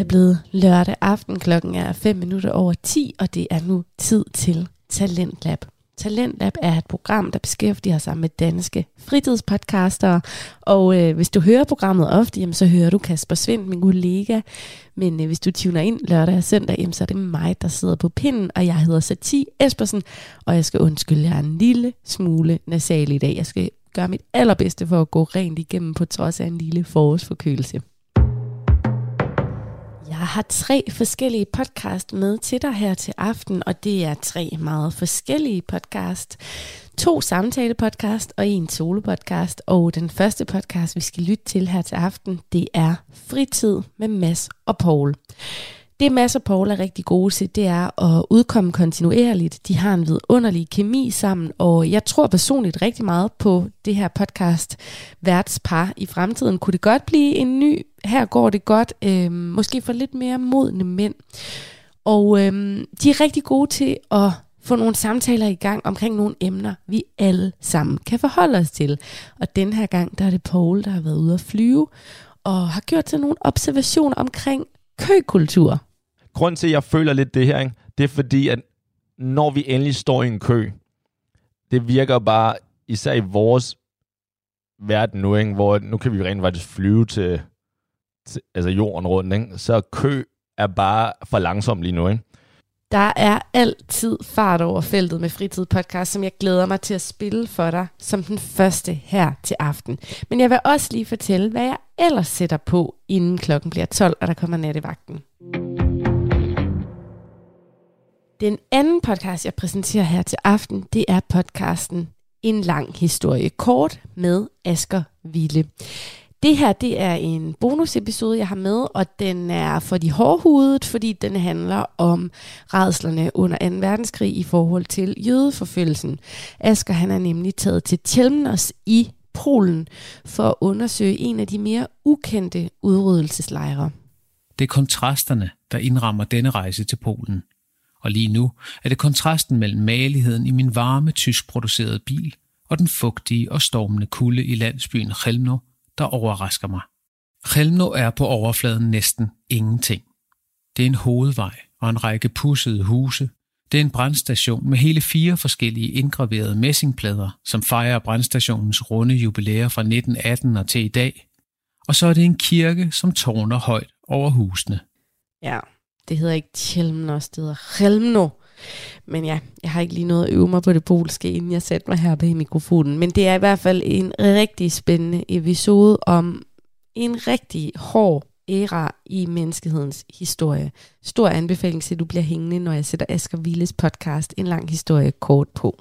det blevet lørdag aften. Klokken er 10:05, og det er nu tid til Talentlab. Talentlab er et program, der beskæftiger sig med danske fritidspodcastere. Og hvis du hører programmet ofte, jamen, så hører du Kasper Svind, min kollega. Men hvis du tuner ind lørdag og søndag, jamen, så er det mig, der sidder på pinden. Og jeg hedder Satie Espersen, og jeg skal undskylde, jeg er en lille smule nasal i dag. Jeg skal gøre mit allerbedste for at gå rent igennem på trods af en lille forårsforkølelse. Jeg har 3 forskellige podcast med til dig her til aften, og det er 3 meget forskellige podcast. 2 samtalepodcast og 1 solopodcast, og den første podcast, vi skal lytte til her til aften, det er Fritid med Mads og Paul. Det Mads og Paul er rigtig gode til, det er at udkomme kontinuerligt. De har en vidunderlig kemi sammen, og jeg tror personligt rigtig meget på det her podcast værtspar i fremtiden. Kunne det godt blive en ny, her går det godt, måske for lidt mere modne mænd. Og de er rigtig gode til at få nogle samtaler i gang omkring nogle emner, vi alle sammen kan forholde os til. Og den her gang, der er det Paul, der har været ude at flyve, og har gjort sig nogle observationer omkring køkultur. Grunden til, at jeg føler lidt det her, ikke? Det er fordi, at når vi endelig står i en kø, det virker bare, især i vores verden nu, ikke? Hvor nu kan vi rent faktisk flyve til altså jorden rundt, ikke? Så kø er bare for langsom lige nu, ikke? Der er altid fart over feltet med Fritidspodcast, som jeg glæder mig til at spille for dig som den første her til aften. Men jeg vil også lige fortælle, hvad jeg ellers sætter på, inden klokken bliver 12, og der kommer nattevagten. Den anden podcast, jeg præsenterer her til aften, det er podcasten En lang historie kort med Asger Ville. Det her, det er en bonusepisode, jeg har med, og den er for de hårdhudet, fordi den handler om rædslerne under 2. verdenskrig i forhold til jødeforfølgelsen. Asger, han er nemlig taget til Chełmnos i Polen for at undersøge en af de mere ukendte udryddelseslejre. Det er kontrasterne, der indrammer denne rejse til Polen. Og lige nu er det kontrasten mellem mageligheden i min varme, tyskproducerede bil og den fugtige og stormende kulde i landsbyen Chełmno, der overrasker mig. Chełmno er på overfladen næsten ingenting. Det er en hovedvej og en række pudsede huse. Det er en brandstation med hele 4 forskellige indgraverede messingplader, som fejrer brandstationens runde jubilæer fra 1918 og til i dag. Og så er det en kirke, som tårner højt over husene. Ja, det hedder ikke Chełmnos, det hedder Chełmno. Men ja, jeg har ikke lige noget at øve mig på det polske, inden jeg satte mig her bag mikrofonen. Men det er i hvert fald en rigtig spændende episode om en rigtig hård æra i menneskehedens historie. Stor anbefaling til, at du bliver hængende, når jeg sætter Asger Villes podcast En lang historie kort på.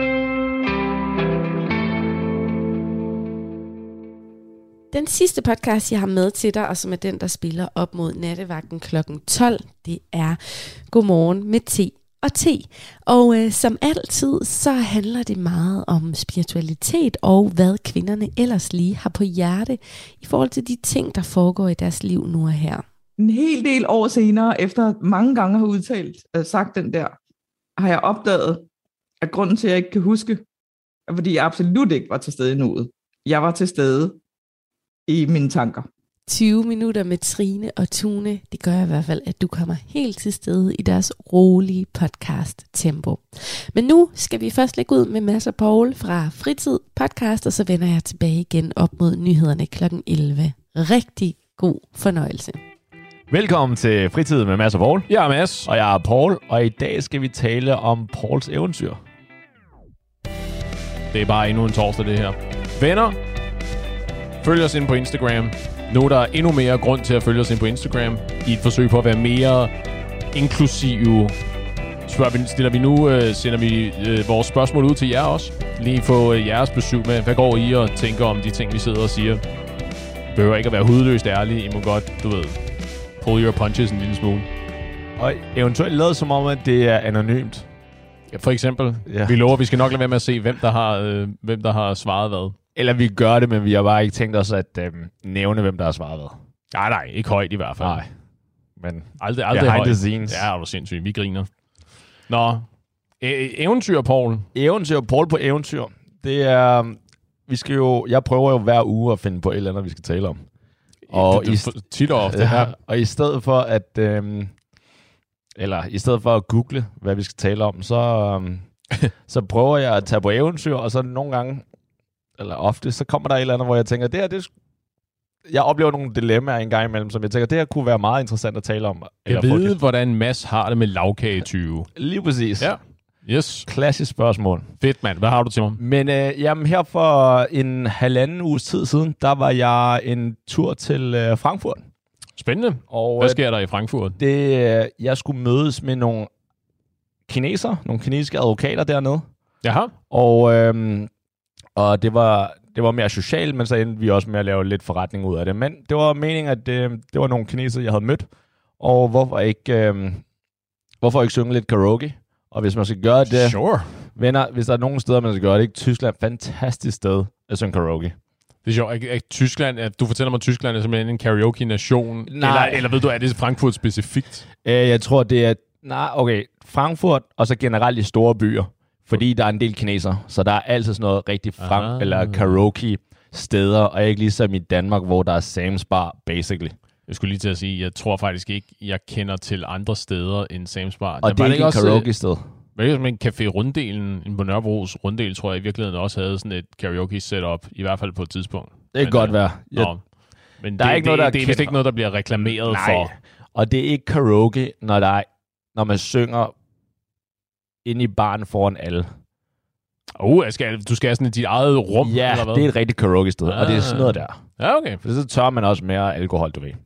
Den sidste podcast, jeg har med til dig, og som er den, der spiller op mod nattevagten klokken 12, det er Godmorgen med T og T. Og som altid, så handler det meget om spiritualitet og hvad kvinderne ellers lige har på hjerte i forhold til de ting, der foregår i deres liv nu og her. En hel del år senere, efter mange gange har sagt den der, har jeg opdaget, at grunden til, at jeg ikke kan huske, er fordi jeg absolut ikke var til stede i nuet. Jeg var til stede i mine tanker. 20 minutter med Trine og Tune, det gør i hvert fald, at du kommer helt til stede i deres rolige podcast-tempo. Men nu skal vi først lægge ud med Mads og Paul fra Fritid Podcast, og så vender jeg tilbage igen op mod nyhederne kl. 11. Rigtig god fornøjelse. Velkommen til Fritid med Mads og Paul. Jeg er Mads. Og jeg er Paul, og i dag skal vi tale om Pauls eventyr. Det er bare endnu en torsdag, det her. Venner, følg os ind på Instagram. Nu er der endnu mere grund til at følge os ind på Instagram i et forsøg på at være mere inklusive. Sender vi vores spørgsmål ud til jer også. Lige få jeres besøg med. Hvad går I og tænker om de ting, vi sidder og siger? Behøver ikke at være hudløst ærlige. I må godt, pull your punches en lille smule. Og eventuelt lavet som om, at det er anonymt. Ja, for eksempel. Ja. Vi lover, vi skal nok lade være med at se, hvem der har svaret hvad. Eller vi gør det, men vi har bare ikke tænkt os at nævne, hvem der har svaret hvad. Nej, ikke højt i hvert fald. Nej. Men aldrig behind højt. The scenes. Ja, er du sindssygt. Vi griner. Nå, eventyr, Paul. Eventyr, Paul på eventyr. Det er... jeg prøver jo hver uge at finde på et eller andet, vi skal tale om. Og tit og ofte. Ja. Og i stedet for at... i stedet for at google, hvad vi skal tale om, så prøver jeg at tage på eventyr, og så nogle gange, eller ofte, så kommer der et eller andet, hvor jeg tænker, jeg oplever nogle dilemmaer en gang imellem, som jeg tænker, det her kunne være meget interessant at tale om. Jeg ved, hvordan Mads har det med lavkagetyve. Lige præcis. Ja. Yes. Klassisk spørgsmål. Fedt, mand. Hvad har du til mig? Men jamen, her for en 1,5 uges tid siden, der var jeg en tur til Frankfurt. Spændende. Og hvad sker der i Frankfurt? Jeg skulle mødes med nogle kinesiske advokater dernede. Jaha. Og det var mere socialt, men så endte vi også med at lave lidt forretning ud af det. Men det var meningen, at det var nogle kinesere, jeg havde mødt. Og hvorfor ikke synge lidt karaoke? Og hvis man skal gøre det... Sure. Venner, hvis der er nogen steder, man skal gøre det, ikke? Tyskland, fantastisk sted at synge karaoke. Det er sjovt. Tyskland, du fortæller mig, at Tyskland er simpelthen en karaoke-nation. Nej. Eller ved du, er det Frankfurt specifikt? Jeg tror, det er... Frankfurt, og så generelt i store byer. Fordi der er en del kinesere, så der er altid sådan noget rigtig eller karaoke-steder, og ikke ligesom i Danmark, hvor der er Sam's Bar, basically. Jeg skulle lige til at sige, jeg tror faktisk ikke, jeg kender til andre steder end Sam's Bar. Og det er ikke et karaoke-sted. Men en Café Runddelen, på Nørrebros Runddel, tror jeg i virkeligheden også havde sådan et karaoke-setup, i hvert fald på et tidspunkt. Det kan godt være. Men der er ikke noget, det er vist ikke noget, der bliver reklameret for. Og det er ikke karaoke, når man synger inde i baren foran alle. Du skal have sådan dit eget rum, eller hvad? Det er et rigtigt karaoke-sted, og det er sådan noget der. Ja, okay. For så tør man også mere alkohol, du ved.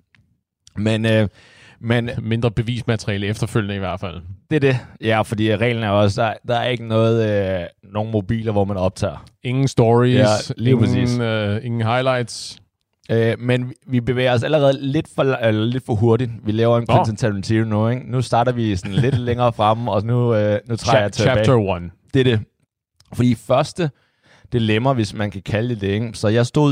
Men mindre bevismateriale efterfølgende i hvert fald. Det er det. Ja, fordi reglen er også, der er ikke nogen mobiler, hvor man optager. Ingen stories, ingen highlights. Men vi bevæger os allerede lidt for hurtigt. Vi laver en Quentin Tarantino nu, ikke? Nu starter vi sådan lidt længere fremme, og nu træder jeg tilbage. Chapter 1. Det er det. Fordi første dilemma, hvis man kan kalde det, ikke? Så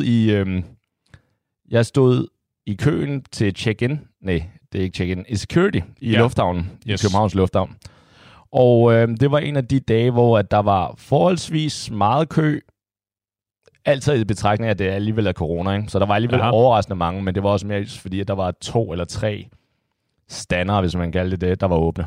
jeg stod i køen til check-in. Nej, det er ikke check-in. I security i lufthavnen. Yes. I Københavns Lufthavn. Og det var en af de dage, hvor at der var forholdsvis meget kø. Altid i betragtning af, at det alligevel er corona, ikke? Så der var alligevel overraskende mange, men det var også mere fordi, at der var 2 eller 3 standere, hvis man kalder det, der var åbne.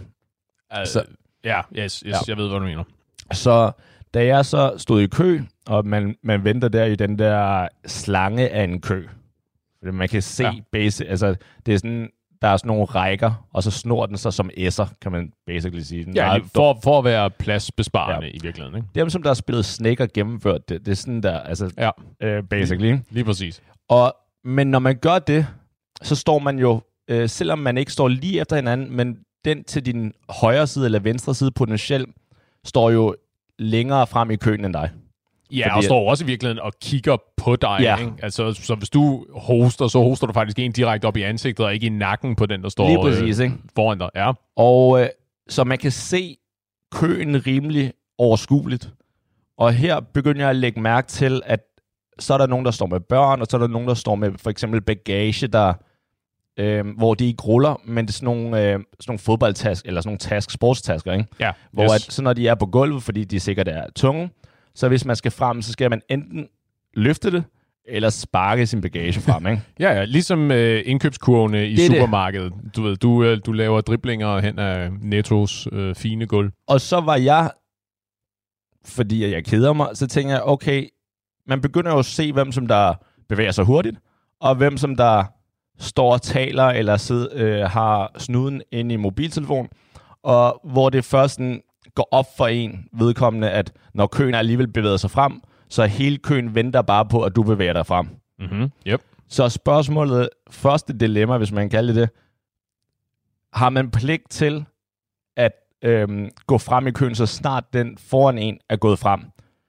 Jeg ved, hvad du mener. Så da jeg så stod i kø, og man venter der i den der slange af en kø, man kan se altså det er sådan, der er sådan nogle rækker, og så snor den sig som S'er, kan man basically sige. Den for at være pladsbesparende i virkeligheden. Ikke? Dem, som der har spillet Snake og gennemført det er sådan der, altså basically. Lige præcis. Men når man gør det, så står man jo, selvom man ikke står lige efter hinanden, men den til din højre side eller venstre side potentielt, står jo længere frem i køen end dig. Ja, og står også i virkeligheden og kigger på dig. Ja. Ikke? Altså, så hvis du hoster, så hoster du faktisk en direkte op i ansigtet, og ikke i nakken på den, der står lige præcis, ikke? Foran dig. Ja. Og så man kan se køen rimelig overskueligt. Og her begynder jeg at lægge mærke til, at så er der nogen, der står med børn, og så er der nogen, der står med for eksempel bagage, der, hvor de ikke ruller, men det er sådan nogle fodboldtasker, eller sådan nogle sportstasker, ikke? Ja. Hvor at, så når de er på gulvet, fordi de sikkert er tunge, så hvis man skal frem, så skal man enten løfte det, eller sparke sin bagage frem, ikke? Ja, ligesom indkøbskurvene i supermarkedet. Du ved, du laver driblinger hen af Nettos fine gulv. Og så var jeg, fordi jeg keder mig, så tænker jeg, okay, man begynder jo at se, hvem som der bevæger sig hurtigt, og hvem som der står og taler, eller har snuden inde i mobiltelefon, og hvor det først går op for en vedkommende, at når køen alligevel bevæger sig frem, så hele køen venter bare på, at du bevæger dig frem. Mm-hmm. Yep. Så spørgsmålet, første dilemma, hvis man kalder det, har man pligt til at gå frem i køen, så snart den foran en er gået frem?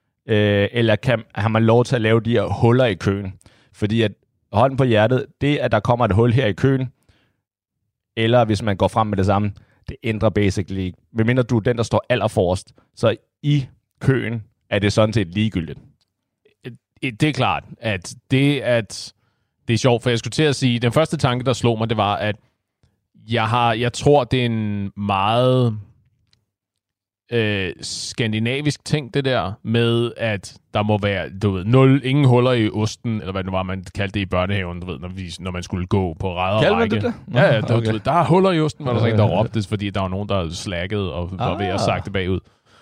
Eller har man lov til at lave de her huller i køen? Fordi at hånden på hjertet, det at der kommer et hul her i køen, eller hvis man går frem med det samme, det ændrer basically ikke. Medmindre du er den, der står allerforrest. Så i køen er det sådan set ligegyldigt. Det er klart, at det er sjovt, for jeg skulle til at sige, den første tanke, der slog mig, det var, at jeg tror, det er en meget skandinavisk ting, det der med, at der må være, du ved, ingen huller i osten, eller hvad det var, man kaldte det i børnehaven, du ved, når man skulle gå på ræd og række. Kaldte man det? Ja, okay. Du ved, der er huller i osten, var der så en, der råbte, fordi der var nogen, der slaggede og var ved at sagte bagud.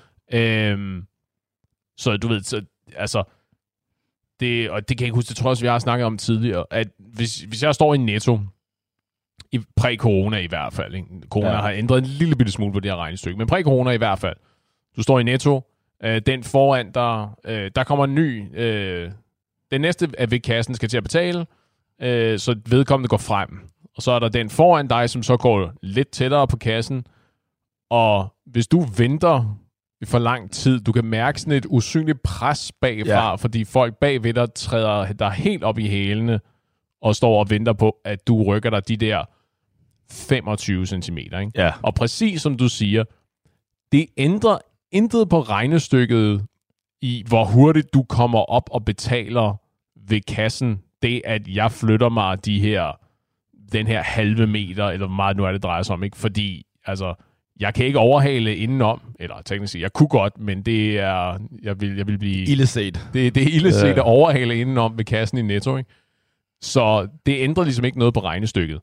Så du ved, så, altså, det, og det kan jeg ikke huske, det tror jeg også, vi har snakket om tidligere, at hvis jeg står i Netto, i præ-corona i hvert fald, ikke? Corona har ændret en lille bitte smule på det her regnestykke, men præ-corona i hvert fald. Du står i Netto, den foran der kommer en ny, den næste ved kassen skal til at betale, så vedkommende går frem. Og så er der den foran dig, som så går lidt tættere på kassen, og hvis du venter for lang tid, du kan mærke sådan et usynligt pres bagfra, fordi folk bagved dig træder der helt op i hælene, og står og venter på, at du rykker dig de der 25 cm. Ikke? Ja. Og præcis som du siger, det ændrer intet på regnestykket i, hvor hurtigt du kommer op og betaler ved kassen. Det, at jeg flytter mig den her halve meter, eller hvor meget nu er det drejer sig om, ikke? Fordi, altså, jeg kan ikke overhale indenom, eller teknisk sige, jeg kunne godt, men det er, jeg vil blive... Illeset. Det er illeset at overhale indenom ved kassen i Netto, ikke? Så det ændrer ligesom ikke noget på regnestykket.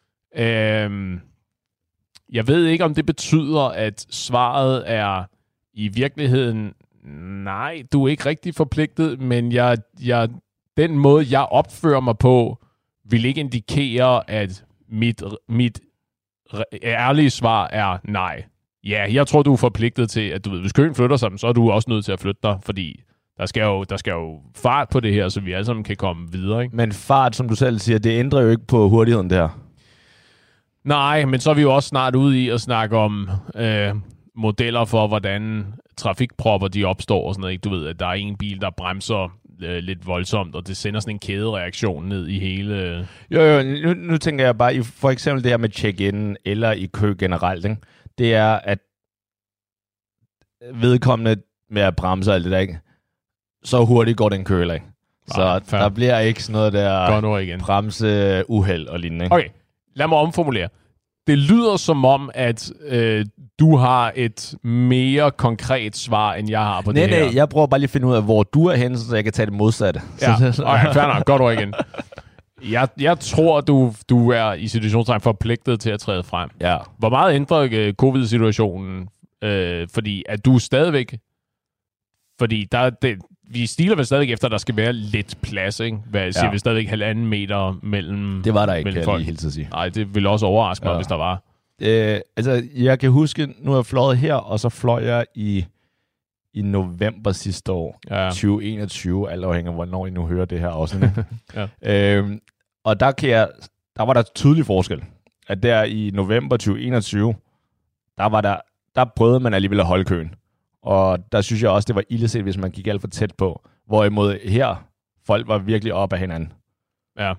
Jeg ved ikke, om det betyder, at svaret er i virkeligheden, nej, du er ikke rigtig forpligtet, men den måde, jeg opfører mig på, vil ikke indikere, at mit ærlige svar er nej. Ja, jeg tror, du er forpligtet til, at du ved, hvis køen flytter sig, så er du også nødt til at flytte dig, fordi der skal jo fart på det her, så vi alle sammen kan komme videre. Ikke? Men fart, som du selv siger, det ændrer jo ikke på hurtigheden der. Nej, men så er vi jo også snart ude i at snakke om modeller for, hvordan trafikpropper de opstår og sådan noget. Ikke? Du ved, at der er en bil, der bremser lidt voldsomt, og det sender sådan en kædereaktion ned i hele... Jo, nu tænker jeg bare, for eksempel det her med check-in, eller i kø generelt, ikke? Det er, at vedkommende med at bremse alt det der, ikke? Så hurtigt går den køler, ikke? Så der bliver ikke sådan noget der bremse uheld og lignende. Ikke? Okay, lad mig omformulere. Det lyder som om, at du har et mere konkret svar, end jeg har på det her. Nej, jeg prøver bare lige at finde ud af, hvor du er henne, så jeg kan tage det modsatte. Ja, okay, fair nok. Godt ord igen. Jeg tror, du er i situationstegn forpligtet til at træde frem. Ja. Hvor meget ændrer covid-situationen? Fordi at du stadigvæk... Fordi vi stiler vel stadigvæk efter, at der skal være lidt plads, ikke? Hvad siger vi stadigvæk 1,5 meter mellem... Det var der ikke, kan jeg lige helt til at sige. Nej, det ville også overraske mig, hvis der var. Altså, jeg kan huske, nu er jeg fløjet her, og så fløj jeg i november sidste år, 2021, alt afhængig af, hvornår I nu hører det her også. Og der var der tydelig forskel. At der i november 2021, der prøvede man alligevel at holde køen. Og der synes jeg også, det var illeset, hvis man gik alt for tæt på. Hvorimod her, folk var virkelig op af hinanden. Ja.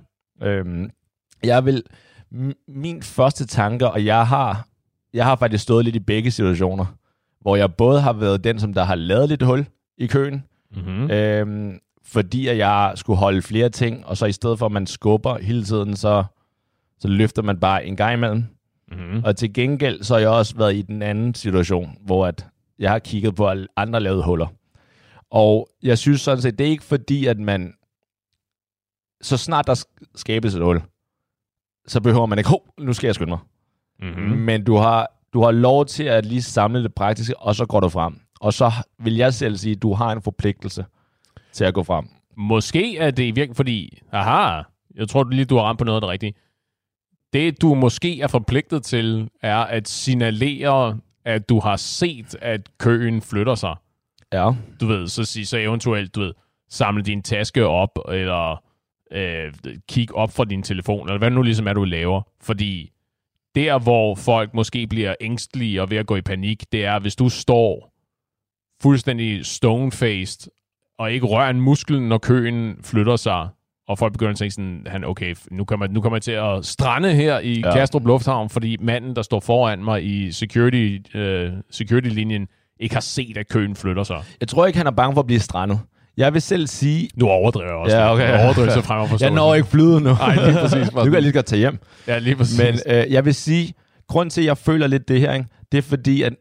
Min første tanke, og jeg har faktisk stået lidt i begge situationer, hvor jeg både har været den, som der har lavet lidt hul i køen, fordi at jeg skulle holde flere ting, og så i stedet for, at man skubber hele tiden, så løfter man bare en gang imellem. Mm-hmm. Og til gengæld, så har jeg også været i den anden situation, hvor at jeg har kigget på, at andre lavede huller. Og jeg synes sådan set, det er ikke fordi, at man, så snart der skabes et hul, så behøver man ikke, nu skal jeg skynde mig. Mm-hmm. Men du har lov til at lige samle det praktiske, og så går du frem. Og så vil jeg selv sige, at du har en forpligtelse til at gå frem. Måske er det virkelig, fordi, jeg tror lige, du har ramt på noget af det rigtige. Det, du måske er forpligtet til, er at signalere, at du har set, at køen flytter sig. Ja. Du ved, så eventuelt, samle din taske op, eller kig op fra din telefon, eller hvad det nu ligesom er, du laver. Fordi der, hvor folk måske bliver ængstelige og ved at gå i panik, det er, hvis du står fuldstændig stone-faced, og ikke rører en muskel, når køen flytter sig, og folk begynder at tænke sådan, okay, nu kommer jeg til at strande her i Kastrup Lufthavn, fordi manden, der står foran mig i security-linjen, ikke har set, at køen flytter sig. Jeg tror ikke, han er bange for at blive strandet. Jeg vil selv sige... Nu overdriver jeg også. Ja, okay. Overdriver frem og forstår. Jeg når ikke flyde nu. Nej, lige præcis. Nu kan jeg lige godt tage hjem. Ja, lige præcis. Men jeg vil sige, grund til, at jeg føler lidt det her, ikke? Det er fordi, at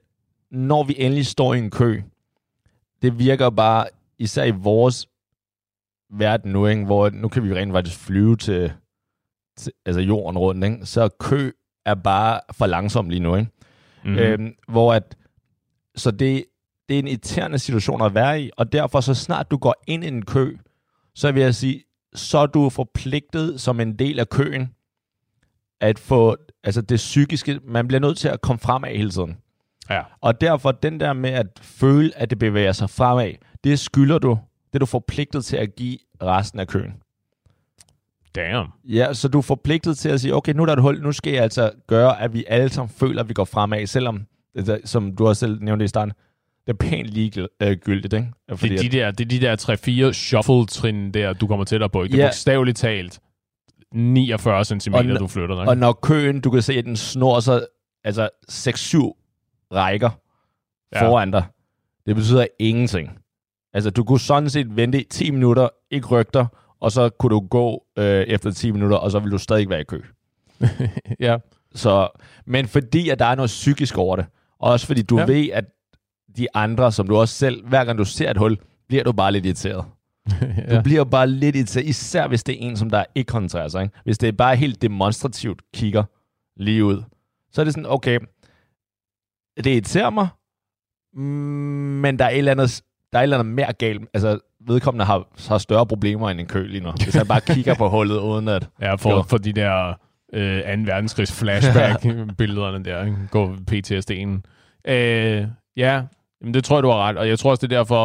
når vi endelig står i en kø, det virker bare, især i vores verden nu, ikke? Hvor nu kan vi rent faktisk flyve til altså jorden rundt, ikke? Så kø er bare for langsom lige nu, ikke? Mm-hmm. Så det er en irriterende situation at være i, og derfor så snart du går ind i en kø, så vil jeg sige, så er du forpligtet som en del af køen at få, altså det psykiske, man bliver nødt til at komme fremad hele tiden. Ja. Og derfor den der med at føle, at det bevæger sig fremad, det skylder du, det er du forpligtet til at give resten af køen. Damn. Ja, så du er forpligtet til at sige, okay, nu er der et hul, nu skal jeg altså gøre, at vi alle sammen føler, at vi går fremad, selvom, som du også selv nævnte i starten, det er pænt ligegyldigt, ikke? Fordi det er de der 3-4 shuffle-trin der, du kommer tættere på, ikke? Det er bogstaveligt talt 49 cm, du flytter dig. Og når køen, du kan se, at den snor sig altså 6-7 rækker foran dig. Det betyder ingenting. Altså, du kunne sådan set vente 10 minutter, ikke rykke dig, og så kunne du gå efter 10 minutter, og så vil du stadig være i kø. Ja. Så, men fordi, at der er noget psykisk over det, og også fordi du ved, at de andre, som du også selv, hver gang du ser et hul, bliver du bare lidt irriteret. Du bliver bare lidt irriteret, især hvis det er en, som der ikke koncentrerer sig. Ikke? Hvis det er bare helt demonstrativt kigger lige ud, så er det sådan, okay, det irriterer mig, men der er et eller andet mere galt. Altså, vedkommende har større problemer end en kø lige nu. Hvis han bare kigger på hullet, uden at... Ja, for de der 2. verdenskrigs flashback-billederne der, ikke? Går PTSD'en. Ja, men det tror jeg, du har ret. Og jeg tror også, det er derfor,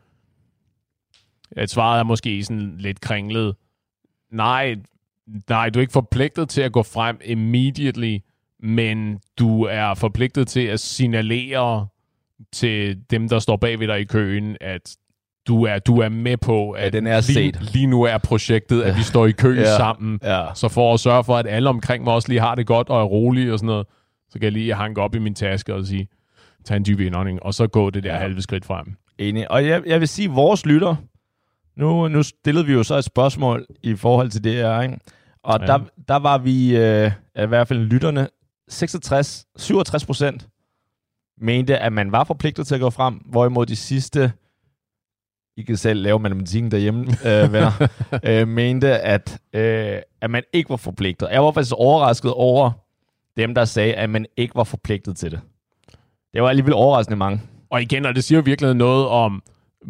at svaret er måske sådan lidt kringlet. Nej, du er ikke forpligtet til at gå frem immediately, men du er forpligtet til at signalere til dem, der står bagved dig i køen, at du er med på, at den er lige nu er projektet, at vi står i kø sammen. Ja. Så for at sørge for, at alle omkring mig også lige har det godt og er rolige og sådan noget, så kan jeg lige hanke op i min taske og sige, tag en dyb indånding, og så gå det der halve skridt frem. Enig. Og jeg vil sige, vores lytter, nu stillede vi jo så et spørgsmål i forhold til det her, ikke? Og der var vi, i hvert fald lytterne, 67% mente, at man var forpligtet til at gå frem, hvorimod de sidste, I kan selv lave matematikken derhjemme, venner, mente, at man ikke var forpligtet. Jeg var faktisk overrasket over dem, der sagde, at man ikke var forpligtet til det. Det var alligevel overraskende mange. Og igen, og det siger jo virkelig noget om,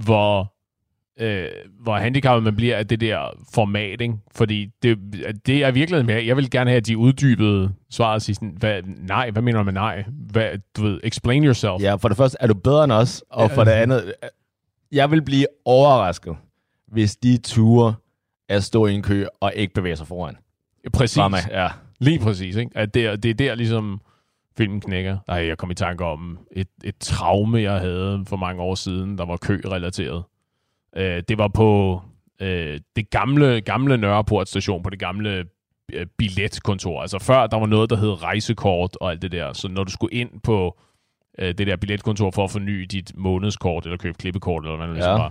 hvor handicappet man bliver af det der format, ikke? Fordi det er virkelig mere. Jeg vil gerne have, at de uddybede svaret og sige sådan, hvad mener du med nej? Du ved, explain yourself. Ja, for det første, er du bedre end os? Og for det andet, jeg vil blive overrasket, hvis de turer at stå i en kø og ikke bevæge sig foran. Præcis. Ja. Lige præcis, ikke? At det er der ligesom filmen knækker. Jeg kom i tanke om et traume, jeg havde for mange år siden, der var kø-relateret. Det var på det gamle Nørreport station, på det gamle billetkontor. Altså før, der var noget, der hed rejsekort og alt det der. Så når du skulle ind på det der billetkontor for at forny dit månedskort, eller købe klippekort, eller hvad det ligesom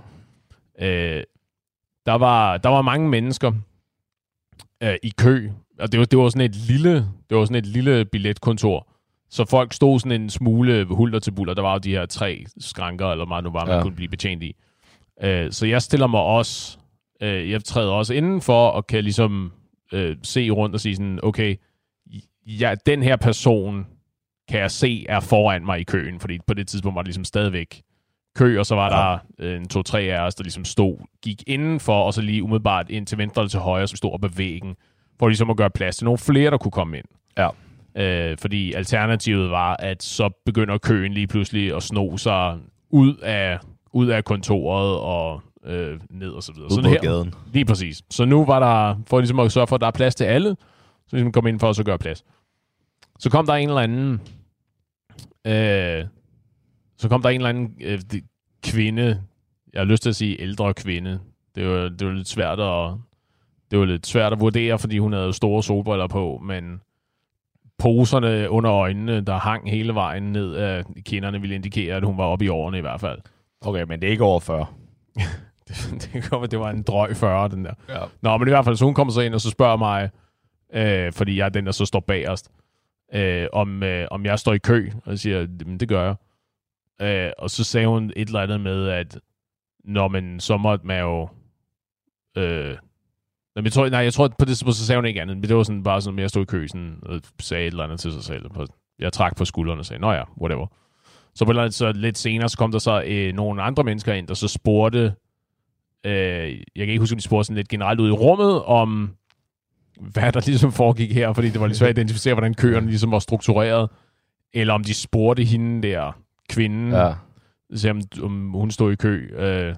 var, der var mange mennesker i kø. Og det var sådan et lille billetkontor. Så folk stod sådan en smule hulter til bulter. Der var jo de her 3 skranker, eller meget nu var, man kunne blive betjent i. Så jeg stiller mig også, jeg træder også indenfor, og kan ligesom se rundt og sige sådan, okay, den her person kan jeg se er foran mig i køen, fordi på det tidspunkt var det ligesom stadigvæk kø, og så var der en 2-3 af os, der ligesom gik indenfor, og så lige umiddelbart ind til venstre eller til højre, som stod op ad væggen, for ligesom at gøre plads til nogle flere, der kunne komme ind. Ja. Fordi alternativet var, at så begynder køen lige pludselig at sno sig ud af kontoret og ned og så videre. Ud på gaden. Lige præcis. Så nu var der, for ligesom at sørge for, at der er plads til alle, så ligesom kom ind for at så gøre plads. Så kom der en eller anden kvinde, jeg har lyst til at sige ældre kvinde. Det var lidt svært at vurdere, fordi hun havde store solbriller på, men poserne under øjnene, der hang hele vejen ned af kinderne, ville indikere, at hun var oppe i årene i hvert fald. Okay, men det er ikke over 40. det var en drøg 40, den der. Ja. Nå, men i hvert fald, så hun kommer så ind og så spørger mig, fordi jeg er den, der så står bagerst, om jeg står i kø, og jeg siger, det gør jeg. Og så sagde hun et eller andet med, at når man så måtte man jo... jeg tror på det så sagde hun ikke andet. Men det var sådan bare sådan, at jeg stod i kø sådan, og sagde et eller andet til sig selv. Jeg trak på skuldrene og sagde, nå ja, whatever. Så lidt senere, så kom der så nogle andre mennesker ind, der så spurgte, jeg kan ikke huske, om de spurgte sådan lidt generelt ud i rummet, om hvad der ligesom foregik her, fordi det var lidt svært at identificere, hvordan køerne ligesom var struktureret, eller om de spurgte hende der, kvinden, om hun stod i kø.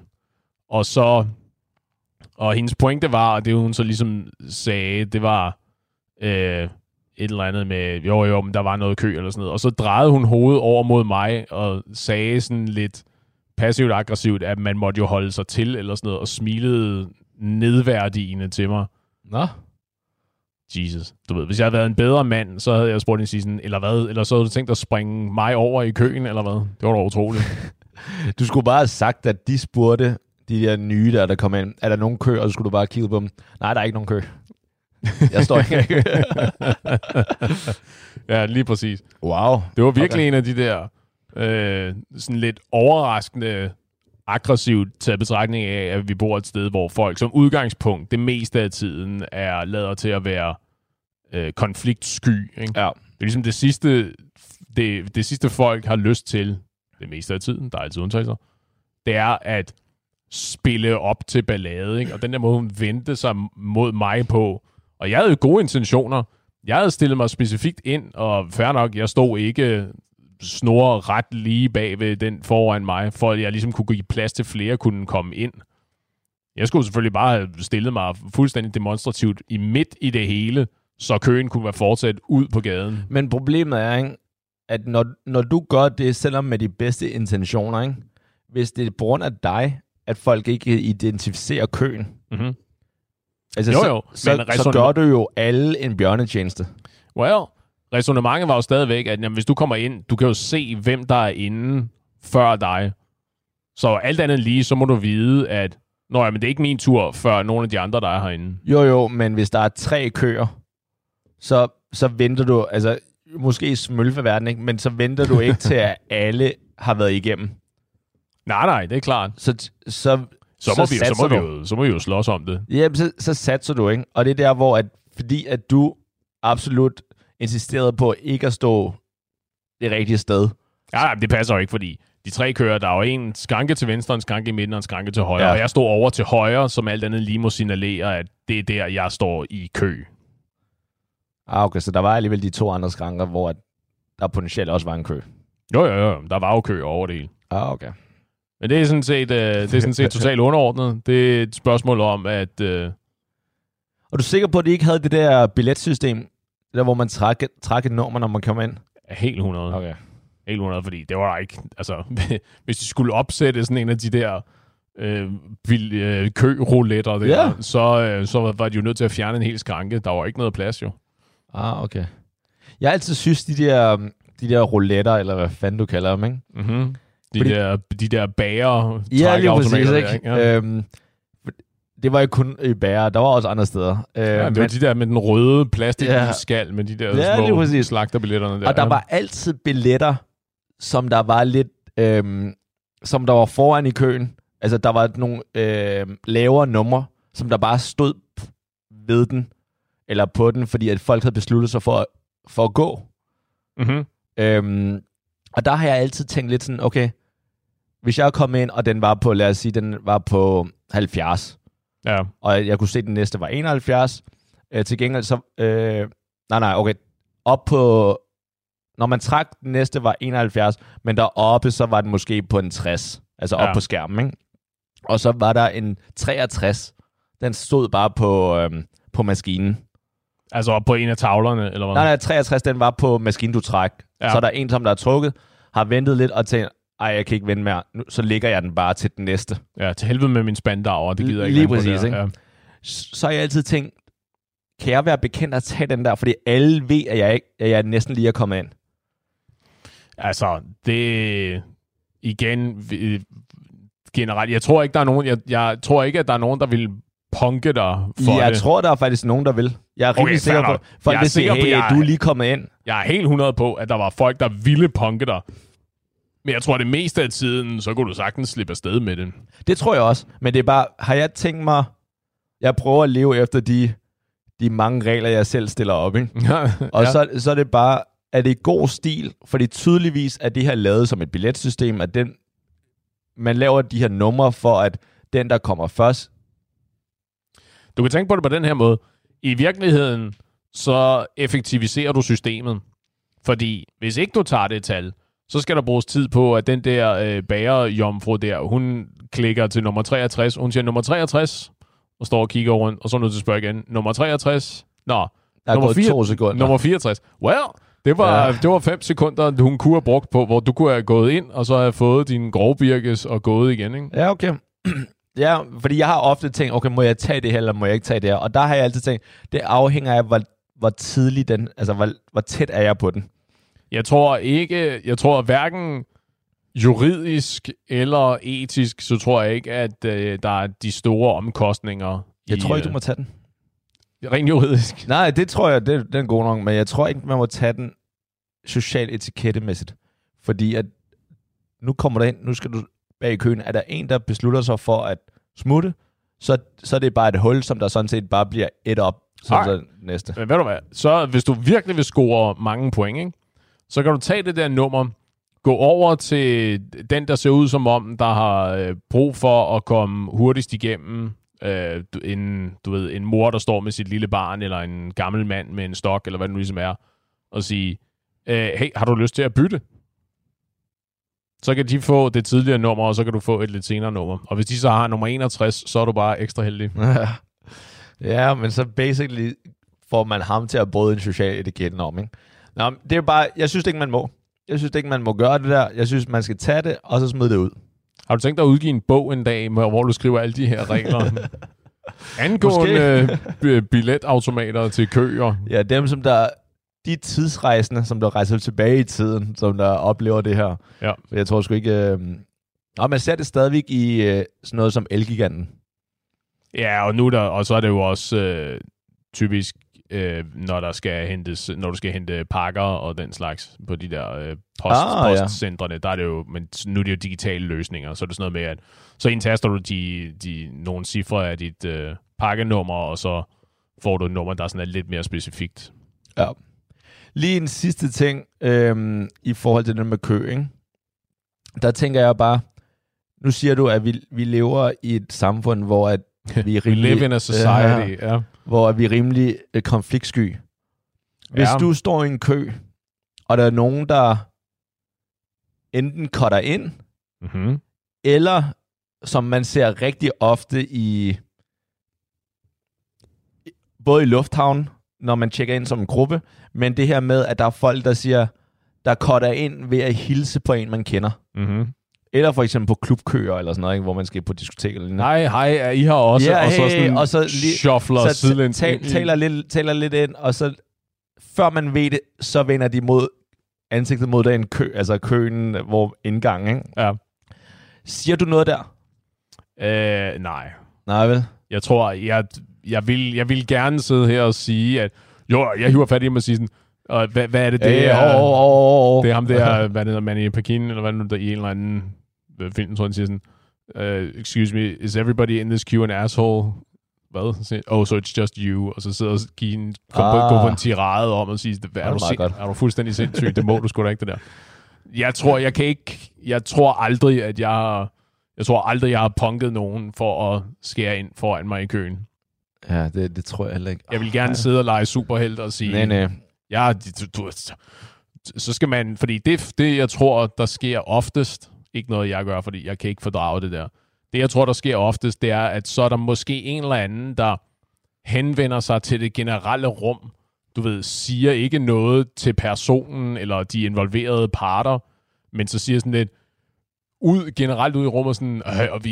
Og hendes pointe var, og det hun så ligesom sagde, det var et eller andet med, jo, men der var noget kø eller sådan noget. Og så drejede hun hovedet over mod mig og sagde sådan lidt passivt aggressivt, at man måtte jo holde sig til eller sådan noget, og smilede nedværdigende til mig. Nå? Jesus. Du ved, hvis jeg havde været en bedre mand, så havde jeg spurgt hende sådan, eller hvad? Eller så havde du tænkt at springe mig over i køen, eller hvad? Det var da utroligt. Du skulle bare have sagt, at de spurgte de der nye der kom ind, er der nogen kø, og så skulle du bare kigge på dem. Nej, der er ikke nogen kø. Jeg står ikke i kø. Ja, lige præcis. Wow. Det var virkelig en af de der sådan lidt overraskende, aggressivt taget betragtning af, at vi bor et sted, hvor folk som udgangspunkt det meste af tiden er lader til at være konfliktsky. Ikke? Ja. Det er ligesom det sidste folk har lyst til, det meste af tiden, der er altid undtagelser, det er at spille op til ballade, ikke? Og den der måde, hun vendte sig mod mig på. Og jeg havde gode intentioner. Jeg havde stillet mig specifikt ind, og fair nok, jeg stod ikke snore ret lige bag ved den foran mig, for at jeg ligesom kunne give plads til flere, kunne komme ind. Jeg skulle selvfølgelig bare have stillet mig fuldstændig demonstrativt i midt i det hele, så køen kunne være fortsat ud på gaden. Men problemet er, ikke, at når du gør det, selvom med de bedste intentioner, ikke, hvis det er på grund af dig, at folk ikke identificerer køen. Mm-hmm. Altså, jo. Så gør du jo alle en bjørnetjeneste. Well, resonemanget var jo stadigvæk, at jamen, hvis du kommer ind, du kan jo se, hvem der er inde før dig. Så alt andet lige, så må du vide, at men det er ikke min tur, før nogle af de andre, der er herinde. Jo, men hvis der er 3 køer, så venter du, altså måske i smølfeverden, ikke? Men så venter du ikke til, at alle har været igennem. Nej, det er klart. Så må vi jo slås om det. Ja, så satser du, ikke? Og det er der, hvor fordi at du absolut insisterede på ikke at stå det rigtige sted. Ja, det passer jo ikke, fordi de 3 kører, der er jo en skranke til venstre, en skranke i midten og en skranke til højre. Ja. Og jeg stod over til højre, som alt andet lige må signalere, at det er der, jeg står i kø. Okay, så der var alligevel de 2 andre skranker, hvor der potentielt også var en kø. Jo, der var jo kø over det hele. Okay. Men det er sådan set totalt underordnet. Det er et spørgsmål om, at... Og du er sikker på, at de ikke havde det der billetsystem, der hvor man trak et nummer, når man kom ind? Helt 100. Okay. Helt 100, fordi det var der ikke... Altså, hvis de skulle opsætte sådan en af de der kø-rouletter der, så var de jo nødt til at fjerne en hel skranke. Der var ikke noget plads, jo. Okay. Jeg har altid synes, de der rouletter, eller hvad fanden du kalder dem, ikke? Mhm. De der bager. Ja, lige præcis, ikke? Ja. Det var ikke kun i bager, der var også andre steder. Det var de der med den røde plastikskal, med de der små slagterbilletterne der. Og der var altid billetter, som der var lidt, som der var foran i køen. Altså, der var nogle lavere numre, som der bare stod ved den, eller på den, fordi at folk havde besluttet sig for at gå. Mm-hmm. Og der har jeg altid tænkt lidt sådan, okay, hvis jeg kom ind, og den var på, lad os sige, den var på 70, og jeg kunne se, at den næste var 71, til gengæld så, okay, op på, når man trak, den næste var 71, men deroppe, så var den måske på en 60, altså op på skærmen, ikke? Og så var der en 63, den stod bare på maskinen. Altså op på en af tavlerne, eller hvad? Nej, 63, den var på maskinen, du træk. Ja. Så er der en, som der er trukket, har ventet lidt og tænkt, jeg kan ikke vente mere. Nu, så lægger jeg den bare til den næste. Ja, til helvede med min spandauer, det gider jeg ikke. Lige præcis, ikke? Ja. Så har jeg altid tænkt, kan jeg være bekendt at tage den der? Fordi alle ved, at jeg næsten lige er kommet ind. Altså, det igen generelt. Jeg tror ikke, der er nogen. Jeg tror ikke, at der er nogen, der vil punke dig for det. Jeg tror, der er faktisk nogen, der vil. Jeg er rimelig sikker på, folk vil sige, hey, du er lige kommet ind. Jeg er helt 100 på, at der var folk, der ville punke dig. Men jeg tror, det meste af tiden, så kunne du sagtens slippe afsted med det. Det tror jeg også. Men det er bare, har jeg tænkt mig, jeg prøver at leve efter de mange regler, jeg selv stiller op, ikke? Og så er det bare, er det god stil, fordi tydeligvis er det her lavet som et billetsystem, at man laver de her numre for, at den, der kommer først. Du kan tænke på det på den her måde. I virkeligheden, så effektiviserer du systemet. Fordi hvis ikke du tager det tal, så skal der bruges tid på, at den der bagerjomfru der, hun klikker til nummer 63. Hun siger nummer 63, og står og kigger rundt, og så er nødt til at spørge igen. Nummer 63? Nå, der er gået 2 sekunder. Nummer 64. Well, det var 5 sekunder, hun kunne have brugt på, hvor du kunne have gået ind, og så have fået din grovbirkes og gået igen, ikke? Ja, okay. Ja, fordi jeg har ofte tænkt, okay, må jeg tage det her, eller må jeg ikke tage det her? Og der har jeg altid tænkt, det afhænger af, hvor tidlig den, altså hvor tæt er jeg på den. Jeg tror hverken juridisk eller etisk, så tror jeg ikke, at der er de store omkostninger. Jeg tror ikke, du må tage den. Rent juridisk. Nej, det tror jeg, det er god nok, men jeg tror ikke, man må tage den socialt etikettemæssigt. Fordi at nu kommer der ind, nu skal du bag i køen. Er der en, der beslutter sig for at smutte, så er det bare et hul, som der sådan set bare bliver et op. Så næste. Men ved du hvad? Så hvis du virkelig vil score mange point, ikke? Så kan du tage det der nummer, gå over til den, der ser ud som om, der har brug for at komme hurtigst igennem. En mor, der står med sit lille barn, eller en gammel mand med en stok, eller hvad det nu ligesom er, og sige, hey, har du lyst til at bytte? Så kan de få det tidligere nummer, og så kan du få et lidt senere nummer. Og hvis de så har nummer 61, så er du bare ekstra heldig. Ja, men så basically får man ham til at bryde en social etikette om, ikke? Nå, det er bare, jeg synes ikke, man må. Jeg synes ikke, man må gøre det der. Jeg synes, man skal tage det, og så smide det ud. Har du tænkt dig at udgive en bog en dag, hvor du skriver alle de her regler? Angående billetautomater til køer. Ja, dem som de tidsrejsende, som der rejser tilbage i tiden, som der oplever det her. Ja. Jeg tror sgu ikke... man ser det stadigvæk i sådan noget som Elgiganten. Ja, og så er det jo også typisk, når du skal hente pakker og den slags på de der postcentrene, der er det jo, men nu er det jo digitale løsninger, så er det sådan noget med, at så indtaster du nogle cifre af dit pakkenummer, og så får du et nummer, der sådan er lidt mere specifikt. Ja. Lige en sidste ting i forhold til det med kø, ikke? Der tænker jeg bare, nu siger du, at vi lever i et samfund, hvor at vi er rimelig... live in a society, ja. Hvor vi er rimelig konfliktsky. Hvis du står i en kø, og der er nogen, der enten cutter ind, eller som man ser rigtig ofte både i lufthavnen, når man tjekker ind som en gruppe, men det her med, at der er folk, der siger, der cutter ind ved at hilse på en, man kender. Eller for eksempel på klubkøer eller sådan noget, ikke, hvor man skal på diskotek eller noget. Hej, er I her også? Ja, og så shuffler sidelæns. Taler lidt ind, og så før man ved det, så vender de mod ansigtet mod den kø, altså køen, hvor indgang, ikke? Ja. Siger du noget der? Nej. Nej, vel? Jeg tror, jeg vil gerne sidde her og sige, at jo, jeg hiver fat i mig og sige sådan, og hvad er det, det er? Det er ham der, hvad hedder Manny Pacquiao, eller hvad nu der i en eller anden film, tror jeg, siger sådan, excuse me, is everybody in this queue an asshole? Hvad? Oh, so it's just you. Og så sidder og gå på en tirade om og sige, er du fuldstændig sindssyg? Det må du sgu da ikke, det der. Jeg tror aldrig, jeg har punket nogen for at skære ind foran mig i køen. Ja, det tror jeg heller ikke. Jeg vil gerne sidde og lege superhelt og sige... Nej. Ja, så skal man... Fordi det, jeg tror, der sker oftest... Ikke noget, jeg gør, fordi jeg kan ikke fordrage det der. Det, jeg tror, der sker oftest, det er, at så er der måske en eller anden, der henvender sig til det generelle rum. Du ved, siger ikke noget til personen eller de involverede parter, men så siger sådan lidt generelt ud i rummet sådan, og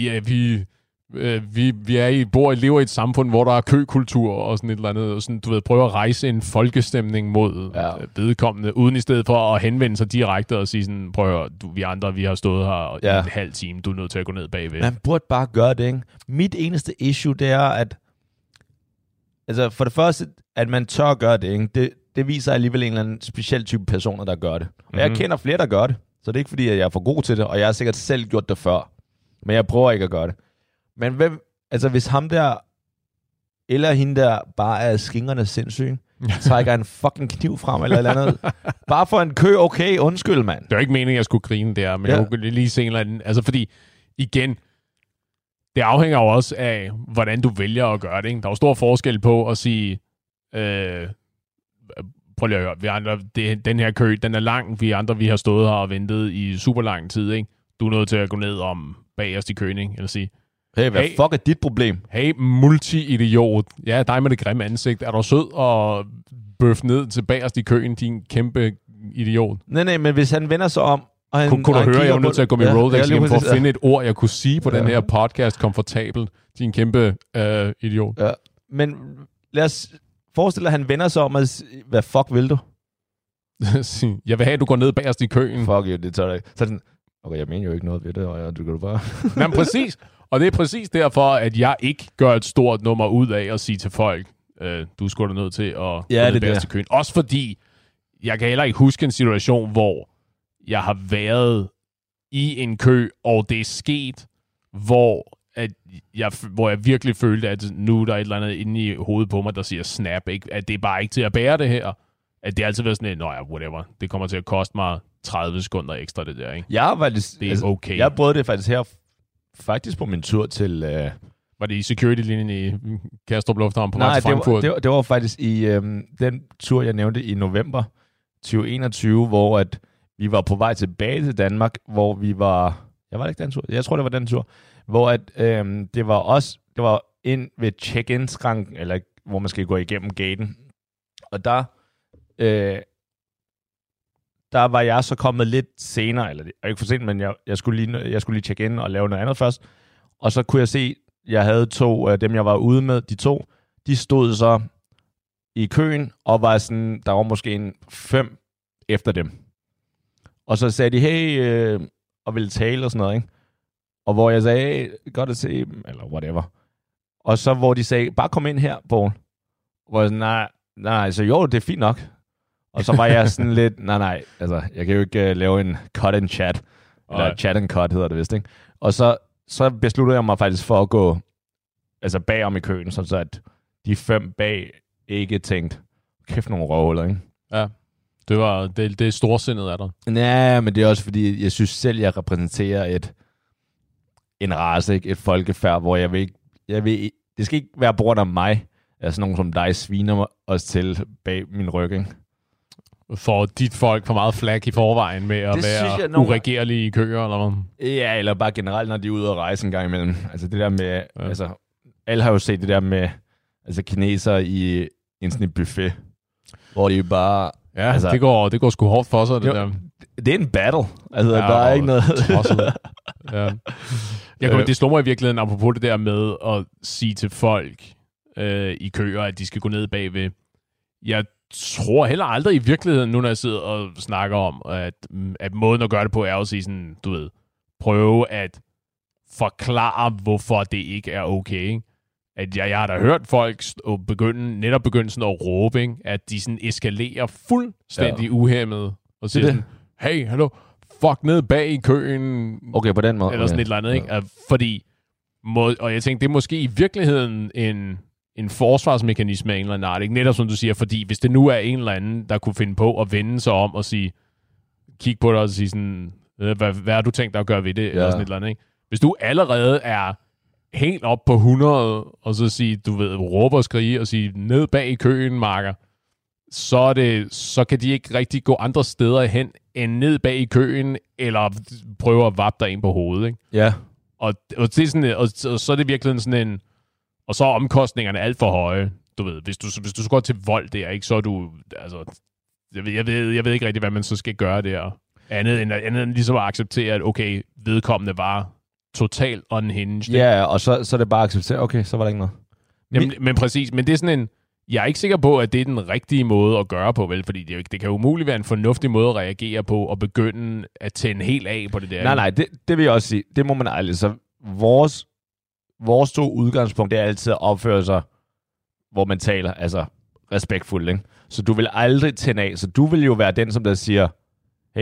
lever i et samfund, hvor der er køkultur og sådan et eller andet, og sådan, du ved, prøver at rejse en folkestemning mod vedkommende, uden i stedet for at henvende sig direkte og sige sådan, prøv at høre, vi andre, vi har stået her i en halv time, du er nødt til at gå ned bagved. Man burde bare gøre det, ikke? Mit eneste issue, det er, at altså for det første, at man tør gøre det, ikke? Det viser alligevel en eller anden speciel type personer, der gør det. Og jeg kender flere, der gør det. Så det er ikke fordi, at jeg er for god til det, og jeg har sikkert selv gjort det før. Men jeg prøver ikke at gøre det. Men hvis ham der, eller hende der, bare er skingrende sindssyg, trækker en fucking kniv frem eller andet. Bare for en kø, okay, undskyld, mand. Det er jo ikke meningen, at jeg skulle grine der, men jeg kunne lige se en eller anden. Altså, fordi, igen, det afhænger jo også af, hvordan du vælger at gøre det. Ikke? Der er jo stor forskel på at sige, prøv lige at høre, vi andre, den her kø, den er lang. Vi andre, vi har stået her og ventet i super lang tid. Ikke? Du er nødt til at gå ned om bagerst i køen, ikke? Eller sige, hey, hvad fuck er dit problem? Hey, multi-idiot. Ja, dig med det grimme ansigt. Er du sød og bøf ned til bagerst i køen, din kæmpe idiot? Nej, men hvis han vender sig om, og han, kunne du høre, jeg var nødt til at gå med Rolex hjem for at finde et ord, jeg kunne sige på den her podcast komfortabelt. Din kæmpe idiot. Ja. Men lad os forestille dig, at han vender sig om og siger, hvad fuck vil du? Jeg vil have, at du går ned bagerst i køen. Fuck you, det tør jeg ikke. Så sådan, okay, jeg mener jo ikke noget ved det, og du kan du bare... Jamen præcis. Og det er præcis derfor, at jeg ikke gør et stort nummer ud af at sige til folk, du er sgu da nødt til at gå ned bagerst i køen. Også fordi, jeg kan heller ikke huske en situation, hvor jeg har været i en kø, og det er sket, hvor jeg virkelig følte, at nu er der et eller andet inde i hovedet på mig, der siger snap, ikke? At det er bare ikke til at bære det her. At det altid været sådan, whatever. Det kommer til at koste mig 30 sekunder ekstra, det der, ikke? Jeg har faktisk... Det er okay. Jeg prøvede det faktisk her, faktisk på min tur til... Var det i security-linjen i Kastrup Lufthavn på vej til Frankfurt? Det var faktisk i den tur, jeg nævnte i november 2021, hvor at vi var på vej tilbage til Danmark, hvor vi var... Jeg var ikke den tur. Jeg tror, det var den tur. Hvor at, det var ind ved check-in-skranken, eller hvor man skal gå igennem gaten. Og der var jeg så kommet lidt senere, eller ikke for sent, men jeg skulle lige tjekke ind og lave noget andet først. Og så kunne jeg se, jeg havde to af dem, jeg var ude med, de stod så i køen, og var sådan, der var måske 5 efter dem. Og så sagde de, hey, og ville tale og sådan noget, ikke? Og hvor jeg sagde, hey, godt at se dem, eller whatever. Og så hvor de sagde, bare kom ind her, Poul. Hvor jeg sådan, nej, så jo, det er fint nok. Og så var jeg sådan lidt, nej, altså, jeg kan jo ikke lave en cut and chat. Eller chat and cut hedder det vist, ikke? Og så besluttede jeg mig faktisk for at gå altså bagom i køen, så at de 5 bag ikke tænkte, kæft nogle røvhuller, ikke? Ja, det er storsindet af dig. Nej, men det er også fordi, jeg synes selv, jeg repræsenterer en race, ikke? Et folkefærd, hvor jeg vil det skal ikke være på grund af mig, altså nogen som dig sviner mig også til bag min ryg, ikke? For dit folk for meget flag i forvejen med at være uregerlige i køer, eller hvad? Ja, eller bare generelt, når de er ude at rejse en gang imellem. Altså det der med, altså alle har jo set det der med, altså kinesere i en sådan en buffet, hvor de bare... Ja, altså, det går sgu hårdt for sig, det der. Det er en battle. Altså, der er ikke noget... Ja. Det slår mig i virkeligheden, apropos det der med at sige til folk i køer, at de skal gå ned bagved. Jeg tror heller aldrig i virkeligheden, nu når jeg sidder og snakker om, at måden at gøre det på er at sige sådan, du ved, prøve at forklare, hvorfor det ikke er okay, ikke? At jeg har da hørt folk begynde sådan at råbe, ikke? At de sådan eskalerer fuldstændig uhæmmet og siger sådan, hey, hallo, fuck ned bag i køen. Okay, på den måde. Eller sådan et eller andet, ikke? Ja. Fordi, og jeg tænkte, det er måske i virkeligheden en forsvarsmekanisme af en eller anden art, ikke? Netop som du siger, fordi hvis det nu er en eller anden, der kunne finde på at vende sig om og sige, kig på dig og sige sådan, hvad har du tænkt dig at gøre ved det? Eller sådan et eller andet, ikke? Hvis du allerede er helt op på 100, og så sige, du ved, råbe og skrige, og sige, ned bag i køen, marker, så kan de ikke rigtig gå andre steder hen, end ned bag i køen, eller prøve at vappe dig ind på hovedet, ikke? Ja. Og det er sådan, og så er det virkelig sådan en, og så er omkostningerne alt for høje, du ved, hvis du går til vold der, ikke, så er du, altså, jeg ved ikke rigtig, hvad man så skal gøre der, andet end ligesom at acceptere, at okay, vedkommende var totalt unhinged. Ja, og så er det bare at acceptere, okay, så var der ikke noget. Jamen, men præcis, men det er sådan en, jeg er ikke sikker på, at det er den rigtige måde at gøre på, vel, fordi det kan jo umuligt være en fornuftig måde at reagere på, og begynde at tænde helt af på det der. Nej, det vil jeg også sige, det må man aldrig. Så vores to udgangspunkt, det er altid at opføre sig, hvor man taler, altså respektfuldt, ikke? Så du vil aldrig tænde af, så du vil jo være den, som der siger, hey,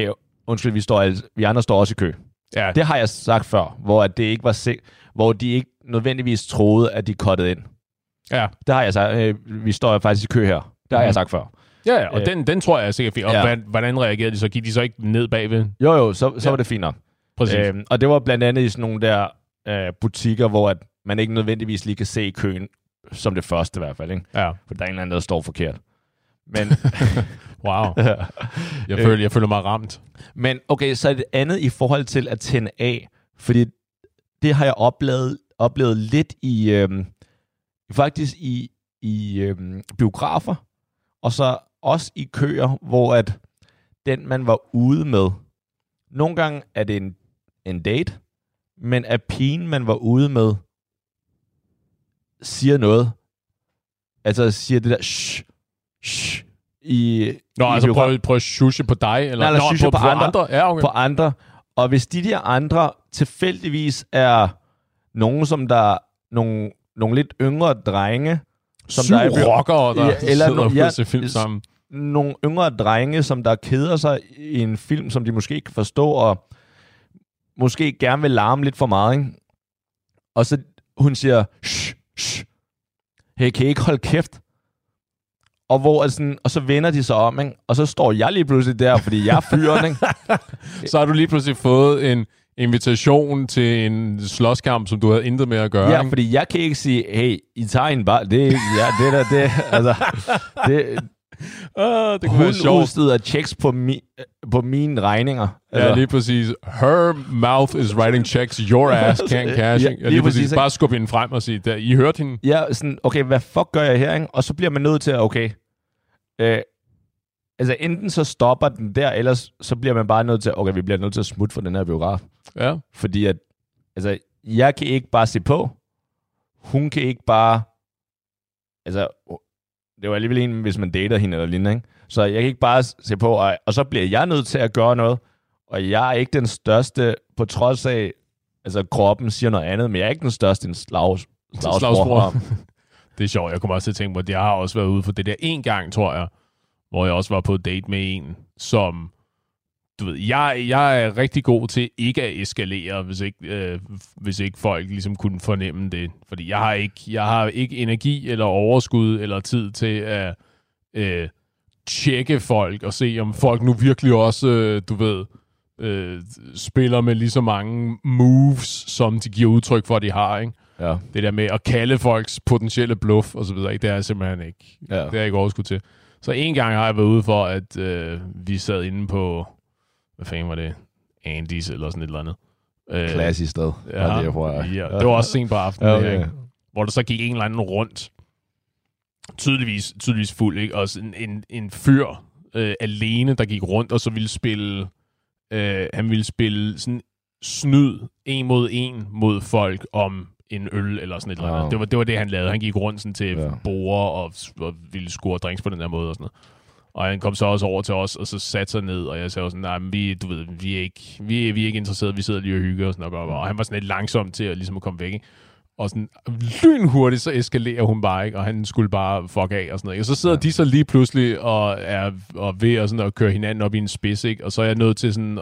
undskyld, vi andre står også i kø. Ja. Det har jeg sagt før, hvor det ikke var hvor de ikke nødvendigvis troede, at de cuttede ind. Ja. Det har jeg sagt. Vi står faktisk i kø her. Det har jeg sagt før. Ja, og den tror jeg er sikkert fint. Og hvordan reagerede de så? Gik de så ikke ned bagved? Jo, så var det fint nok. Præcis. Og det var blandt andet i sådan nogle der butikker, hvor at man ikke nødvendigvis lige kan se køen, som det første i hvert fald. Ikke? Ja. For der er en eller anden, der står forkert. Men wow. Jeg føler mig ramt. Men okay, så er det andet i forhold til at tænde af, fordi det har jeg oplevet lidt i faktisk i biografer, og så også i køer, hvor at den, man var ude med, nogle gange er det en date, men at pigen, man var ude med, siger noget. Altså siger det der shh prøv at shushe på dig? Eller? Nej, shushe på andre. Ja, okay. På andre. Og hvis de der andre tilfældigvis er nogen, som der nogle lidt yngre drenge, som syv der er rockere, der eller sidder og film sammen. Nogle yngre drenge, som der keder sig i en film, som de måske ikke kan forstå, og måske gerne vil larme lidt for meget, ikke? Og så hun siger, shh, hey, kan I ikke holde kæft? Og så vender de sig om, ikke? Og så står jeg lige pludselig der, fordi jeg er fyren, ikke? Så har du lige pludselig fået en invitation til en slåskamp, som du havde intet med at gøre. Ja, ikke? fordi jeg kan ikke sige, hey, I tager en bare. Det altså, det kunne være sjovt. Hun udsteder checks på mine regninger. Altså. Ja, lige præcis. Her mouth is writing checks, your ass can't cash. Ja, lige præcis. Bare skubbe hende frem og sige, I hørte hende? Ja, sådan, okay, hvad fuck gør jeg her, ikke? Og så bliver man nødt til at, okay, altså enten så stopper den der, ellers så bliver man bare nødt til, okay, vi bliver nødt til at smutte fra den her biograf. Ja. Fordi at, altså, jeg kan ikke bare se på. Hun kan ikke bare, altså, det var alligevel en, hvis man dater hende eller lignende, ikke? Så jeg kan ikke bare se på, og så bliver jeg nødt til at gøre noget, og jeg er ikke den største, på trods af, altså kroppen siger noget andet, men jeg er ikke den største en slagsbror. Det er sjovt, jeg kommer også til at tænke på, at jeg har også været ude for det der en gang, tror jeg, hvor jeg også var på date med en, som, du ved, jeg er rigtig god til ikke at eskalere, hvis ikke folk ligesom kunne fornemme det. Fordi jeg har ikke energi eller overskud eller tid til at tjekke folk og se, om folk nu virkelig også, du ved, spiller med lige så mange moves, som de giver udtryk for, at de har, ikke? Ja. Det der med at kalde folks potentielle bluff og så videre, ikke? Det er jeg simpelthen ikke. Ja. Det er jeg ikke overskud til. Så en gang har jeg været ude for, at vi sad inde på, hvad fanden var det? Andy's eller sådan et eller andet. Klassisk sted. Ja, det var også sent på aftenen, okay. Hvor der så gik en eller anden rundt. Tydeligvis fuld, ikke? Og en fyr alene, der gik rundt og så ville spille, han ville spille sådan snyd 1 mod 1 mod folk om en øl eller sådan et eller andet. Det var det, han lavede. Han gik rundt sådan til borde og ville score drinks på den der måde og sådan noget. Og han kom så også over til os, og så satte sig ned, og jeg sagde sådan, nej, men vi er ikke interesserede, vi sidder lige og hygger og sådan noget. Og han var sådan lidt langsom til at, ligesom at komme væk, ikke? Og sådan lynhurtigt, så eskalerer hun bare, ikke? Og han skulle bare fuck af og sådan noget. Og så sidder de så lige pludselig og er ved at, sådan, at køre hinanden op i en spids, ikke? Og så er jeg nødt til sådan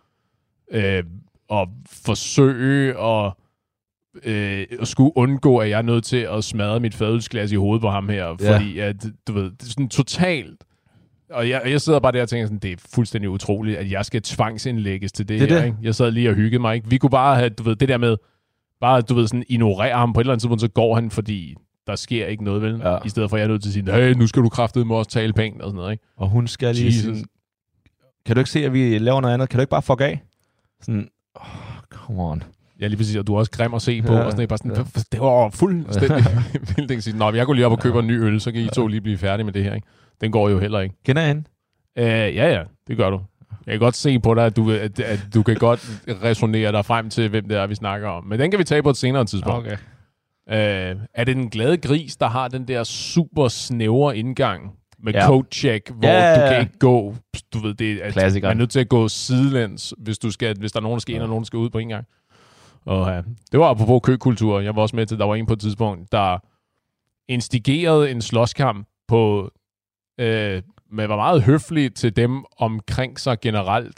at forsøge at skulle undgå, at jeg er nødt til at smadre mit fadølsglas i hovedet på ham her, fordi at, du ved, det er sådan totalt. Og jeg sidder bare der og tænker sådan, det er fuldstændig utroligt, at jeg skal tvangsindlægges til det her, ikke? Jeg sad lige og hyggede mig, ikke? Vi kunne bare have, du ved, det der med, bare, du ved, sådan ignorere ham på et eller andet tidspunkt, så går han, fordi der sker ikke noget, vel? Ja. I stedet for, at jeg er nødt til at sige, hey, nu skal du kraftedeme også tale pænt og sådan noget, ikke? Og hun skal lige sådan, kan du ikke se, at vi laver noget andet? Kan du ikke bare fuck af? Sådan, come on. Ja, lige præcis, og du er også grim at se på, og sådan, bare sådan, det var fuldstændig vildt, ikke? Sige, nå, jeg går lige op og køber en ny øl, så kan I to lige blive færdige med det her, ikke? Den går jo heller ikke. Kender jeg hende? Ja, det gør du. Jeg kan godt se på dig, at du kan godt resonere dig frem til, hvem det er, vi snakker om. Men den kan vi tage på et senere tidspunkt. Okay. Er det den glade gris, der har den der super snævre indgang med code-check, hvor du kan ikke gå, du ved, det er, at man er nødt til at gå sidelæns, hvis der er nogen, der skal ind, og nogen, der skal ud på en gang. Og det var apropos køkultur. Jeg var også med til, der var en på et tidspunkt, der instigerede en slåskamp på, men var meget høflig til dem omkring sig generelt,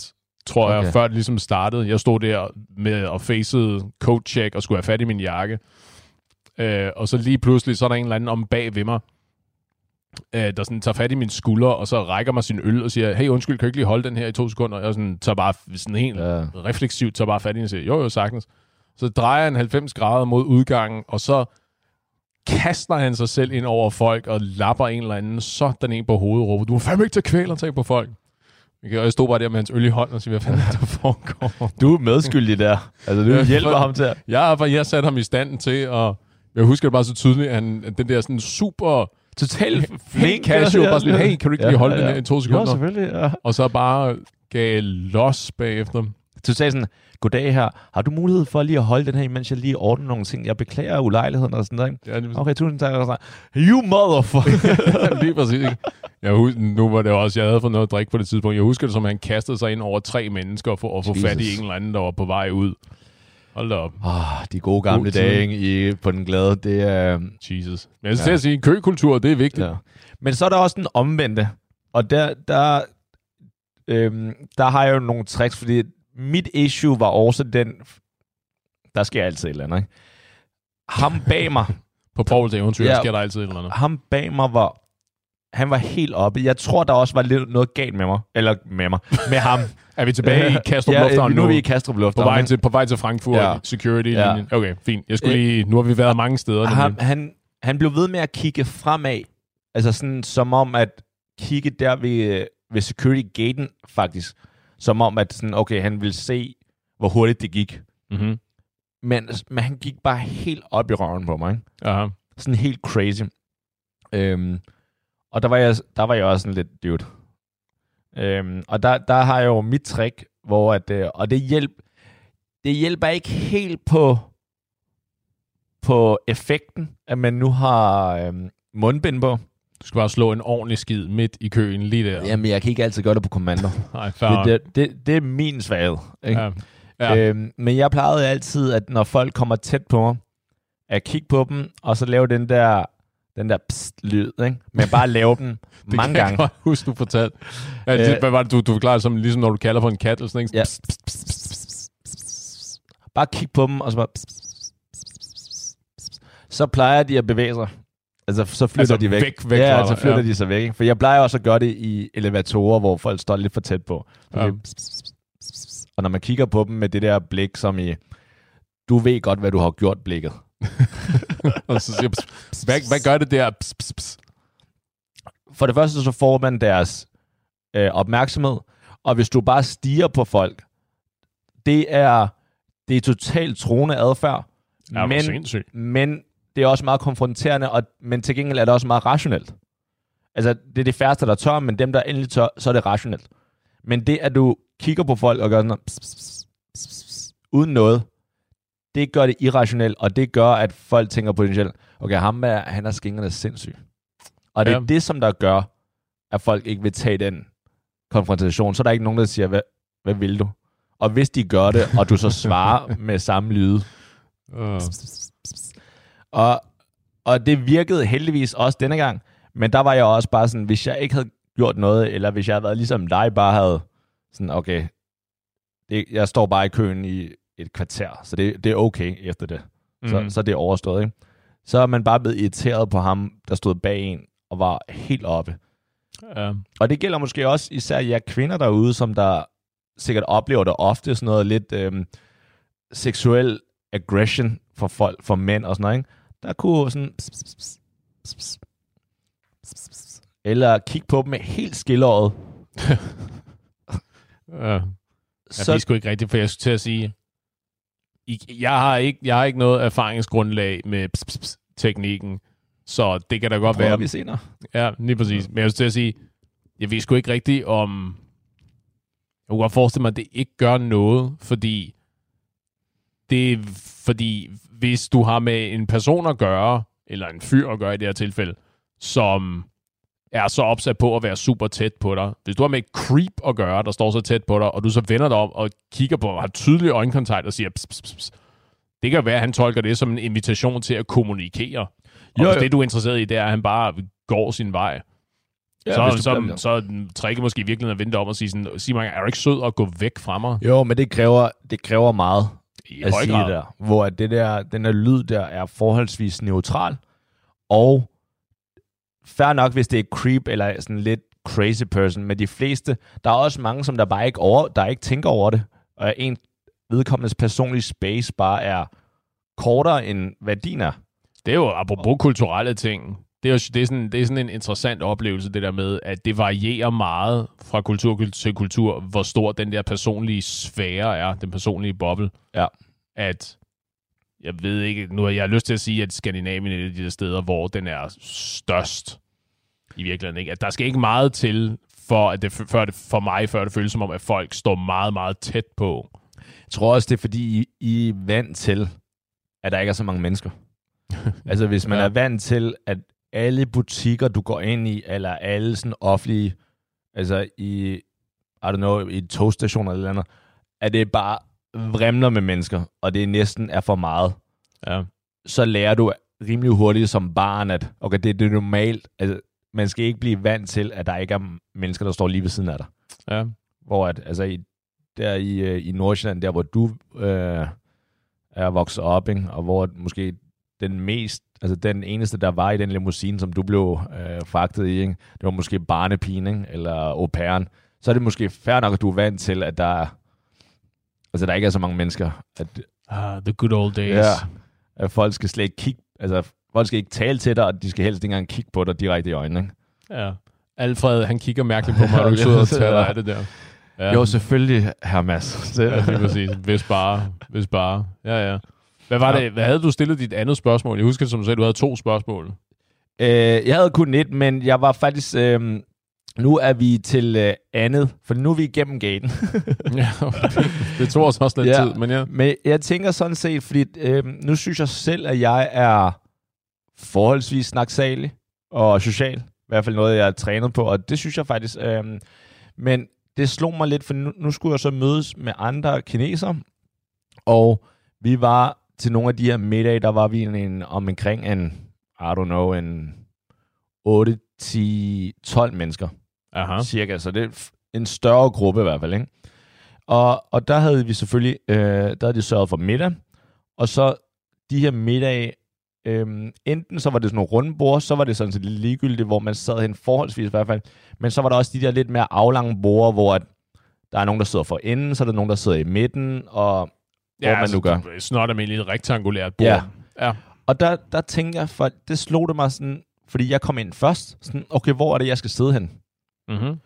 tror jeg, før det ligesom startede. Jeg stod der med at facede coat-check og skulle have fat i min jakke. Og så lige pludselig, så er der en eller anden om bag ved mig, der sådan tager fat i min skulder, og så rækker mig sin øl og siger, hey, undskyld, kan jeg ikke lige holde den her i 2 sekunder? Og jeg sådan, tager bare sådan helt refleksivt, tager bare fat i den og siger, jo, sagtens. Så drejer han 90 grader mod udgangen, og så kaster han sig selv ind over folk og lapper en eller anden sådan en på hovedet og råber, du må fandme ikke tage kvælertag på folk. Og jeg stod bare der med hans øl i hånden og siger, hvad fanden der foregår? Du er medskyldig der. Altså, du hjælper ham til. Jeg satte ham i standen til, og jeg husker det bare så tydeligt, at den der sådan super, totalt flink casual, bare sådan, hey, kan du ikke lige holde den her i 2 sekunder? Jo, selvfølgelig, ja. Og så bare gav los bagefter. Så sagde sådan, goddag her, har du mulighed for lige at holde den her, imens jeg lige ordner nogle ting? Jeg beklager ulejligheden og sådan noget. Ja, okay, tusind tak. Og you motherfucker! Lige præcis, ikke? Jeg husker, nu var det også, jeg havde fået noget at drikke på det tidspunkt. Jeg husker det som, at han kastede sig ind over 3 mennesker for at få fat i en eller anden, der var på vej ud. Hold da op. De gode gamle dage på den glade, det er... Jesus. Men jeg skal at sige, køkultur, det er vigtigt. Ja. Men så er der også den omvendte. Og der har jeg jo nogle tricks, fordi mit issue var også den... Der sker altid et eller andet, ikke? Ham bag mig... På Pauls eventyr sker der altid et eller andet. Ham bag mig han var helt oppe. Jeg tror, der også var lidt noget galt med mig. Eller med ham. Er vi tilbage i Kastrup Lufthavn nu? Nu er vi i Kastrup Lufthavn. På vej til Frankfurt, security-linjen. Okay, fint. Jeg skulle lige... Nu har vi været mange steder. Han blev ved med at kigge fremad. Altså sådan, som om at kigge der ved security-gaten, faktisk. Som om, at sådan, okay, han ville se, hvor hurtigt det gik. Mm-hmm. Men han gik bare helt op i røven på mig. Ikke? Aha. Sådan helt crazy. Og der var jeg også sådan lidt dude. Og der har jeg jo mit trick, hvor og det hjælper ikke helt på effekten, at man nu har mundbind på. Du skal bare slå en ordentlig skid midt i køen lige der. Jamen, jeg kan ikke altid gøre det på kommando. Nej, det er min svaghed. Ikke? Ja. Men jeg plejede altid, at når folk kommer tæt på mig, at kigge på dem, og så lave den der pst-lyd, ikke? Men bare lave den mange gange. Det kan jeg huske, du fortalte. Hvad var det, du forklarede som, ligesom når du kalder på en kat, eller sådan ikke? Ja. Pst, pst, pst, pst, pst. Bare kigge på dem, og så bare... Pst, pst, pst, pst. Så plejer de at bevæge sig. Altså, så flytter de væk. Ja, så flytter de sig væk. Ikke? For jeg plejer også at gøre det i elevatorer, hvor folk står lidt for tæt på. Ja. Og når man kigger på dem med det der blik, som i, du ved godt, hvad du har gjort blikket. Og så siger, hvad gør det der? For det første, så får man deres opmærksomhed. Og hvis du bare stiger på folk, det er totalt troende adfærd. Ja, men det er også meget konfronterende, men til gengæld er det også meget rationelt. Altså, det er det færreste, der tør, men dem, der endelig tør, så er det rationelt. Men det, at du kigger på folk og gør sådan noget, uden noget, det gør det irrationelt, og det gør, at folk tænker potentielt, okay, han er skingerne sindssyg. Og det er det, som der gør, at folk ikke vil tage den konfrontation. Så er der ikke nogen, der siger, hvad vil du? Og hvis de gør det, og du så svarer med samme lyde, og det virkede heldigvis også denne gang, men der var jeg også bare sådan, hvis jeg ikke havde gjort noget, eller hvis jeg havde været ligesom dig, bare havde sådan, okay, jeg står bare i køen i et kvarter, så det er okay efter det. Så det er overstået, ikke? Så er man bare blevet irriteret på ham, der stod bag en, og var helt oppe. Ja. Og det gælder måske også især jer kvinder derude, som der sikkert oplever det ofte, sådan noget lidt seksuel aggression for mænd og sådan noget, ikke? Der kunne sådan... Eller kigge på dem med helt skillåret. Ja. Så... Jeg sgu ikke rigtigt, for jeg skulle til at sige... Jeg har ikke noget erfaringsgrundlag med teknikken, så det kan da godt være... vi senere. Ja, lige præcis. Men jeg skulle til at sige, jeg ved sgu ikke rigtigt om... Jeg kunne godt forestille mig, at det ikke gør noget, fordi hvis du har med en person at gøre, eller en fyr at gøre i det her tilfælde, som er så opsat på at være super tæt på dig. Hvis du har med et creep at gøre, der står så tæt på dig, og du så vender dig om og kigger på, og har tydelig øjenkontakt og siger, pss, pss, pss. Det kan være, at han tolker det som en invitation til at kommunikere. Og hvis det, du er interesseret i, det er, at han bare går sin vej. Ja, så er tricket måske i virkeligheden at vente om og sige sådan, sig mig, er du ikke sød at gå væk fra mig? Jo, men det kræver meget I at høj sige grad. det der. Hvor den der lyd der er forholdsvis neutral. Og fair nok, hvis det er creep eller sådan lidt crazy person, men de fleste, der er også mange, som der bare ikke tænker over det. Og en vedkommendes personlige space bare er kortere end hvad din er. Det er jo apropos kulturelle ting. Det er sådan en interessant oplevelse, det der med, at det varierer meget fra kultur til kultur, hvor stor den der personlige sfære er, den personlige boble. Ja. At, jeg ved ikke, nu har jeg lyst til at sige, at Skandinavien er et af de der steder, hvor den er størst i virkeligheden. Ikke? At der skal ikke meget til, før det føles som om, at folk står meget, meget tæt på. Jeg tror også, det er fordi, I er vant til, at der ikke er så mange mennesker. Altså hvis man er vant til, at alle butikker, du går ind i, eller alle sådan offentlige, altså i togstationer eller andet, at det bare vrimler med mennesker, og det næsten er for meget. Ja. Så lærer du rimelig hurtigt som barn, at okay, det er normalt. Altså, man skal ikke blive vant til, at der ikke er mennesker, der står lige ved siden af dig. Ja. Hvor at, altså i Nordsjælland, der hvor du er vokset op, ikke? Og hvor måske den eneste, der var i den limousine, som du blev fragtet i, ikke? Det var måske barnepigen, ikke? Eller au pairen. Så er det måske fair nok, at du er vant til, at der ikke er så mange mennesker. The good old days. Ja, at folk skal slet ikke kigge, altså folk skal ikke tale til dig, og de skal helst ikke engang kigge på dig direkte i øjnene, ikke? Ja. Alfred, han kigger mærkeligt på mig, og du sidder og taler af det der. Ja. Jo, selvfølgelig, hr. Mads. Ja, lige præcis. Hvis bare. Ja. Hvad var det? Hvad havde du stillet dit andet spørgsmål? Jeg husker, som du sagde, du havde 2 spørgsmål. Jeg havde kun 1, men jeg var faktisk... nu er vi til andet, for nu er vi igennem gaten. Ja, det tog os også lidt tid, men ja. Men jeg tænker sådan set, fordi nu synes jeg selv, at jeg er forholdsvis snaksalig og social. I hvert fald noget, jeg er trænet på, og det synes jeg faktisk. Men det slog mig lidt, for nu skulle jeg så mødes med andre kinesere, og vi var til nogle af de her middage, der var vi omkring en 8, 10, 12 mennesker. Aha. Cirka, så det er en større gruppe i hvert fald, ikke? Og der havde vi selvfølgelig, der havde de sørget for middag, og så de her middage, enten så var det sådan nogle runde bord, så var det sådan set lidt ligegyldigt, hvor man sad hen forholdsvis i hvert fald, men så var der også de der lidt mere aflange bord, hvor at der er nogen, der sidder for enden, så er der nogen, der sidder i midten, og hvor man nu gør. Snart almindeligt rektangulært bord. Ja. Og der tænker jeg, for det slog det mig sådan, fordi jeg kom ind først, sådan, okay, hvor er det, jeg skal sidde hen? Mm-hmm.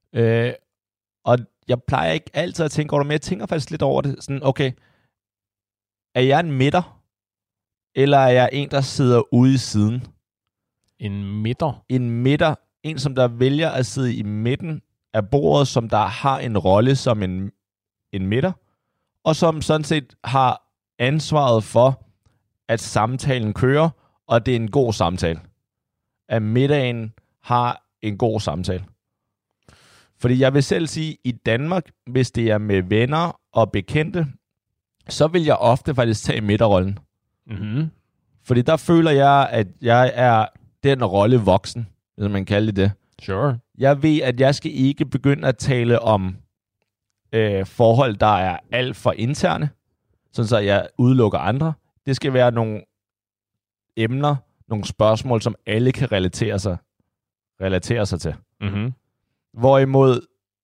Og jeg plejer ikke altid at tænke over det, men jeg tænker faktisk lidt over det, sådan, okay, er jeg en midter, eller er jeg en, der sidder ude i siden? En midter? En midter, en som der vælger at sidde i midten af bordet, som der har en rolle som en midter, og som sådan set har ansvaret for, at samtalen kører, og det er en god samtale. At middagen har en god samtale. Fordi jeg vil selv sige, i Danmark, hvis det er med venner og bekendte, så vil jeg ofte faktisk tage midterrollen. Mm-hmm. Fordi der føler jeg, at jeg er den rolle voksen, hvis man kalder det. Sure. Jeg ved, at jeg skal ikke begynde at tale om forhold, der er alt for interne, sådan så jeg udelukker andre. Det skal være nogle emner, nogle spørgsmål, som alle kan relatere sig til. Mm-hmm. Hvorimod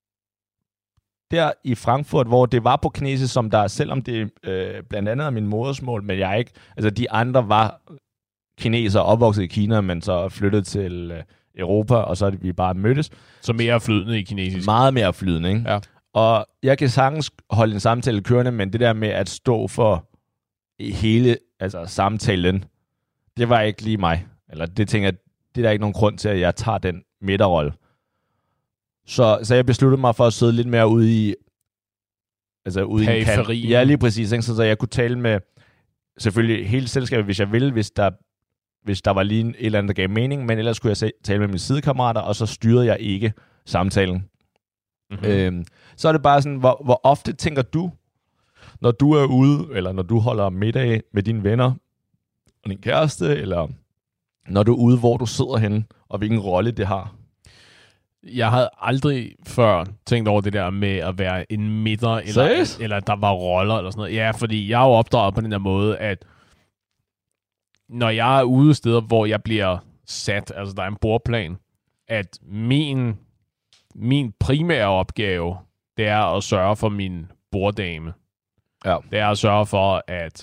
der i Frankfurt, hvor det var på kinesisk, som der, selvom det blandt andet er min modersmål, men jeg ikke, altså de andre var kinesere opvokset i Kina, men så flyttet til Europa, og så er vi bare mødtes. Så mere flydende i kinesisk. Meget mere flydende, ikke? Ja. Og jeg kan sagtens holde en samtale kørende, men det der med at stå for hele samtalen, det var ikke lige mig. Eller det tænker jeg, det er der ikke nogen grund til, at jeg tager den midterrolle. Så jeg besluttede mig for at sidde lidt mere ude i ude i en kant. Ja, lige præcis. Ikke? Så jeg kunne tale med selvfølgelig hele selskabet, hvis jeg ville, hvis der var lige et eller andet, der gav mening, men ellers skulle jeg tale med mine sidekammerater, og så styrede jeg ikke samtalen. Mm-hmm. Så er det bare sådan, hvor ofte tænker du, når du er ude, eller når du holder middag med dine venner og din kæreste, eller når du er ude, hvor du sidder henne, og hvilken rolle det har? Jeg havde aldrig før tænkt over det der med at være en midter, eller der var roller eller sådan noget. Ja, fordi jeg er jo opdraget på den der måde, at når jeg er ude steder, hvor jeg bliver sat, altså der er en bordplan, at min primære opgave, det er at sørge for min borddame. Ja. Det er at sørge for, at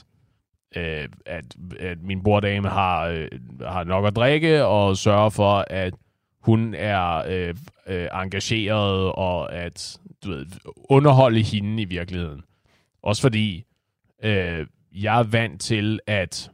min borddame har nok at drikke, og sørge for, at hun er engageret, og at underholde hende i virkeligheden. Også fordi jeg er vant til, at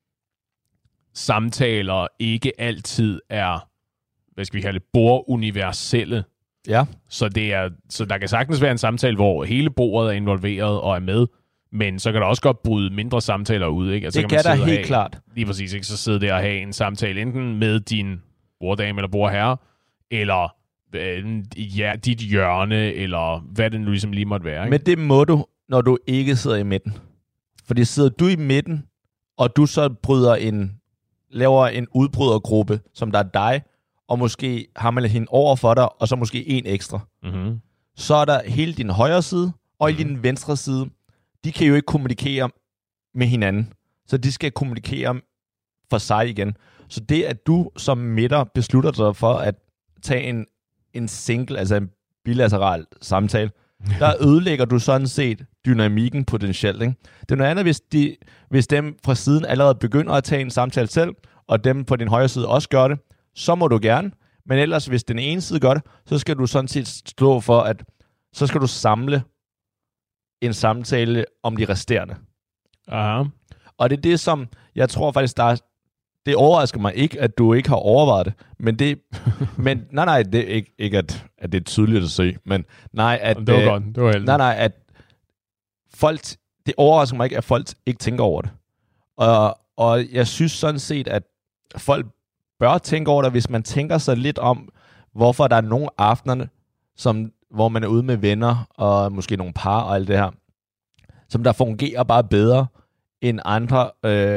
samtaler ikke altid er, hvad skal vi kalde det, borduniverselle. Ja. Så der kan sagtens være en samtale, hvor hele bordet er involveret og er med, men så kan der også godt bryde mindre samtaler ud, ikke? Altså, det kan der helt klart. Lige præcis, ikke? Så sidde der og have en samtale enten med din borddame eller bordherre, eller dit hjørne, eller hvad det nu ligesom lige måtte være. Ikke? Men det må du, når du ikke sidder i midten. Fordi sidder du i midten, og du så laver en udbrydergruppe, som der er dig, og måske har man hende over for dig, og så måske en ekstra. Mm-hmm. Så er der hele din højre side, og i din venstre side. De kan jo ikke kommunikere med hinanden. Så de skal kommunikere for sig igen. Så det, at du som midter beslutter dig for at tage en single, altså en bilateral samtale, der ødelægger du sådan set dynamikken potentielt. Ikke? Det er noget andet, hvis dem fra siden allerede begynder at tage en samtale selv, og dem på din højre side også gør det, så må du gerne. Men ellers, hvis den ene side gør det, så skal du sådan set stå for, at så skal du samle en samtale om de resterende. Aha. Og det er det, som jeg tror faktisk, det overrasker mig ikke, at du ikke har overvejet det. Men nej, det er ikke at det er tydeligt at se. Men nej, at det var godt. Det var heldigt. Nej, at folk, det overrasker mig ikke, at folk ikke tænker over det. Og jeg synes sådan set, at folk bør tænke over det, hvis man tænker sig lidt om, hvorfor der er nogle aftener, hvor man er ude med venner, og måske nogle par og alt det her, som der fungerer bare bedre end andre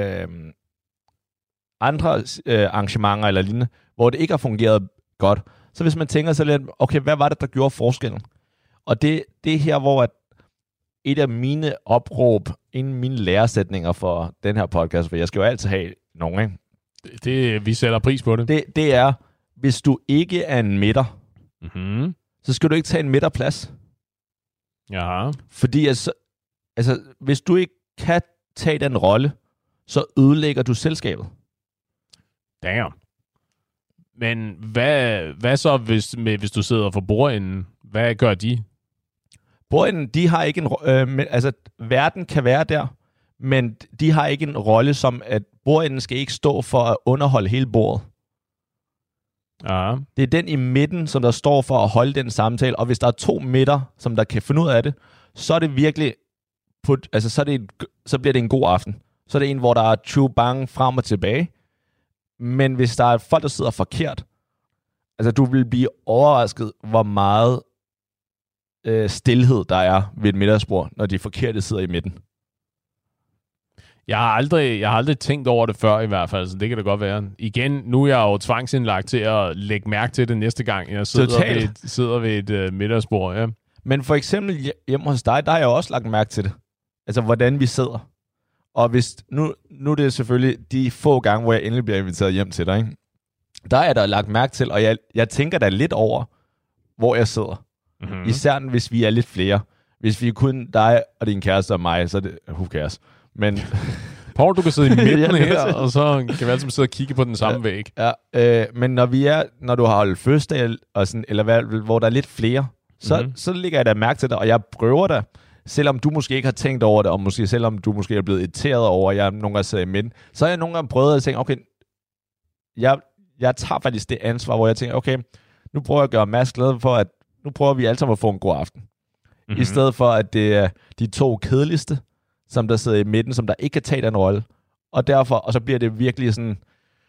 arrangementer eller lignende, hvor det ikke har fungeret godt. Så hvis man tænker sig lidt, okay, hvad var det, der gjorde forskellen? Og det er her, hvor et af mine opråb, en af mine læresætninger for den her podcast, for jeg skal jo altid have nogen, ikke? Vi sætter pris på det. Det er, hvis du ikke er en midter, mm-hmm. så skal du ikke tage en midterplads. Ja. Fordi altså, hvis du ikke kan tage den rolle, så ødelægger du selskabet. Damn. Men hvad så, hvis du sidder for bordenden? Hvad gør de? Bordenden, de har ikke verden kan være der, men de har ikke en rolle som, at bordenden skal ikke stå for at underholde hele bordet. Ja. Det er den i midten, som der står for at holde den samtale, og hvis der er 2 midter, som der kan finde ud af det, så er det virkelig, så bliver det en god aften. Så er det en, hvor der er chubang frem og tilbage. Men hvis der er folk, der sidder forkert, altså du vil blive overrasket, hvor meget stilhed der er ved et middagsbord, når de forkerte sidder i midten. Jeg har aldrig tænkt over det før i hvert fald, så det kan det godt være. Igen, nu er jeg jo tvangsindlagt til at lægge mærke til det næste gang, jeg sidder ved et middagsbord. Ja. Men for eksempel hjemme hos dig, der har jeg også lagt mærke til det. Altså, hvordan vi sidder. Og hvis nu er det selvfølgelig de få gange, hvor jeg endelig bliver inviteret hjem til dig, ikke? Der er der lagt mærke til, og jeg tænker da lidt over, hvor jeg sidder. Mm-hmm. Især hvis vi er lidt flere. Hvis vi er kun dig og din kæreste og mig, så er det who cares. Men Poul, du kan sidde i midten her, og så kan vi altid sidde og kigge på den samme væg. Ja, men når du har holdt fødselsdag, og sådan, eller hvor der er lidt flere, så lægger jeg da mærke til det, og jeg prøver det, selvom du måske ikke har tænkt over det, og måske selvom du måske er blevet irriteret over, at jeg nogle gange sidder i midten, så har jeg nogle gange prøvet at tænke, okay, jeg tager faktisk det ansvar, hvor jeg tænker, okay, nu prøver jeg at gøre Mads glad for, at nu prøver vi alle sammen at få en god aften. Mm-hmm. I stedet for, at det er de 2 kedeligste, som der sidder i midten, som der ikke kan tage den rolle. Og så bliver det virkelig sådan,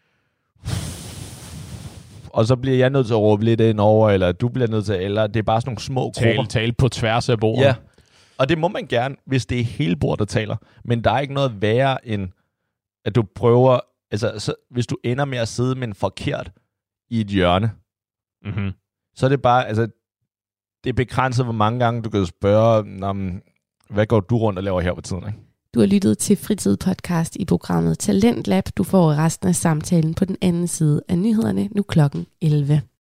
og så bliver jeg nødt til at råbe lidt ind over, eller du bliver nødt til, eller det er bare sådan nogle små grupper. Tale på tværs af bordet. Ja, og det må man gerne, hvis det er hele bordet, der taler. Men der er ikke noget værre end, at du prøver, altså hvis du ender med at sidde med en forkert i et hjørne, så er det bare, altså, det er begrænset, hvor mange gange du kan spørge, hvad går du rundt og laver her på tiden, ikke? Du har lyttet til Fritid Podcast i programmet Talentlab. Du får resten af samtalen på den anden side af nyhederne, nu klokken 11.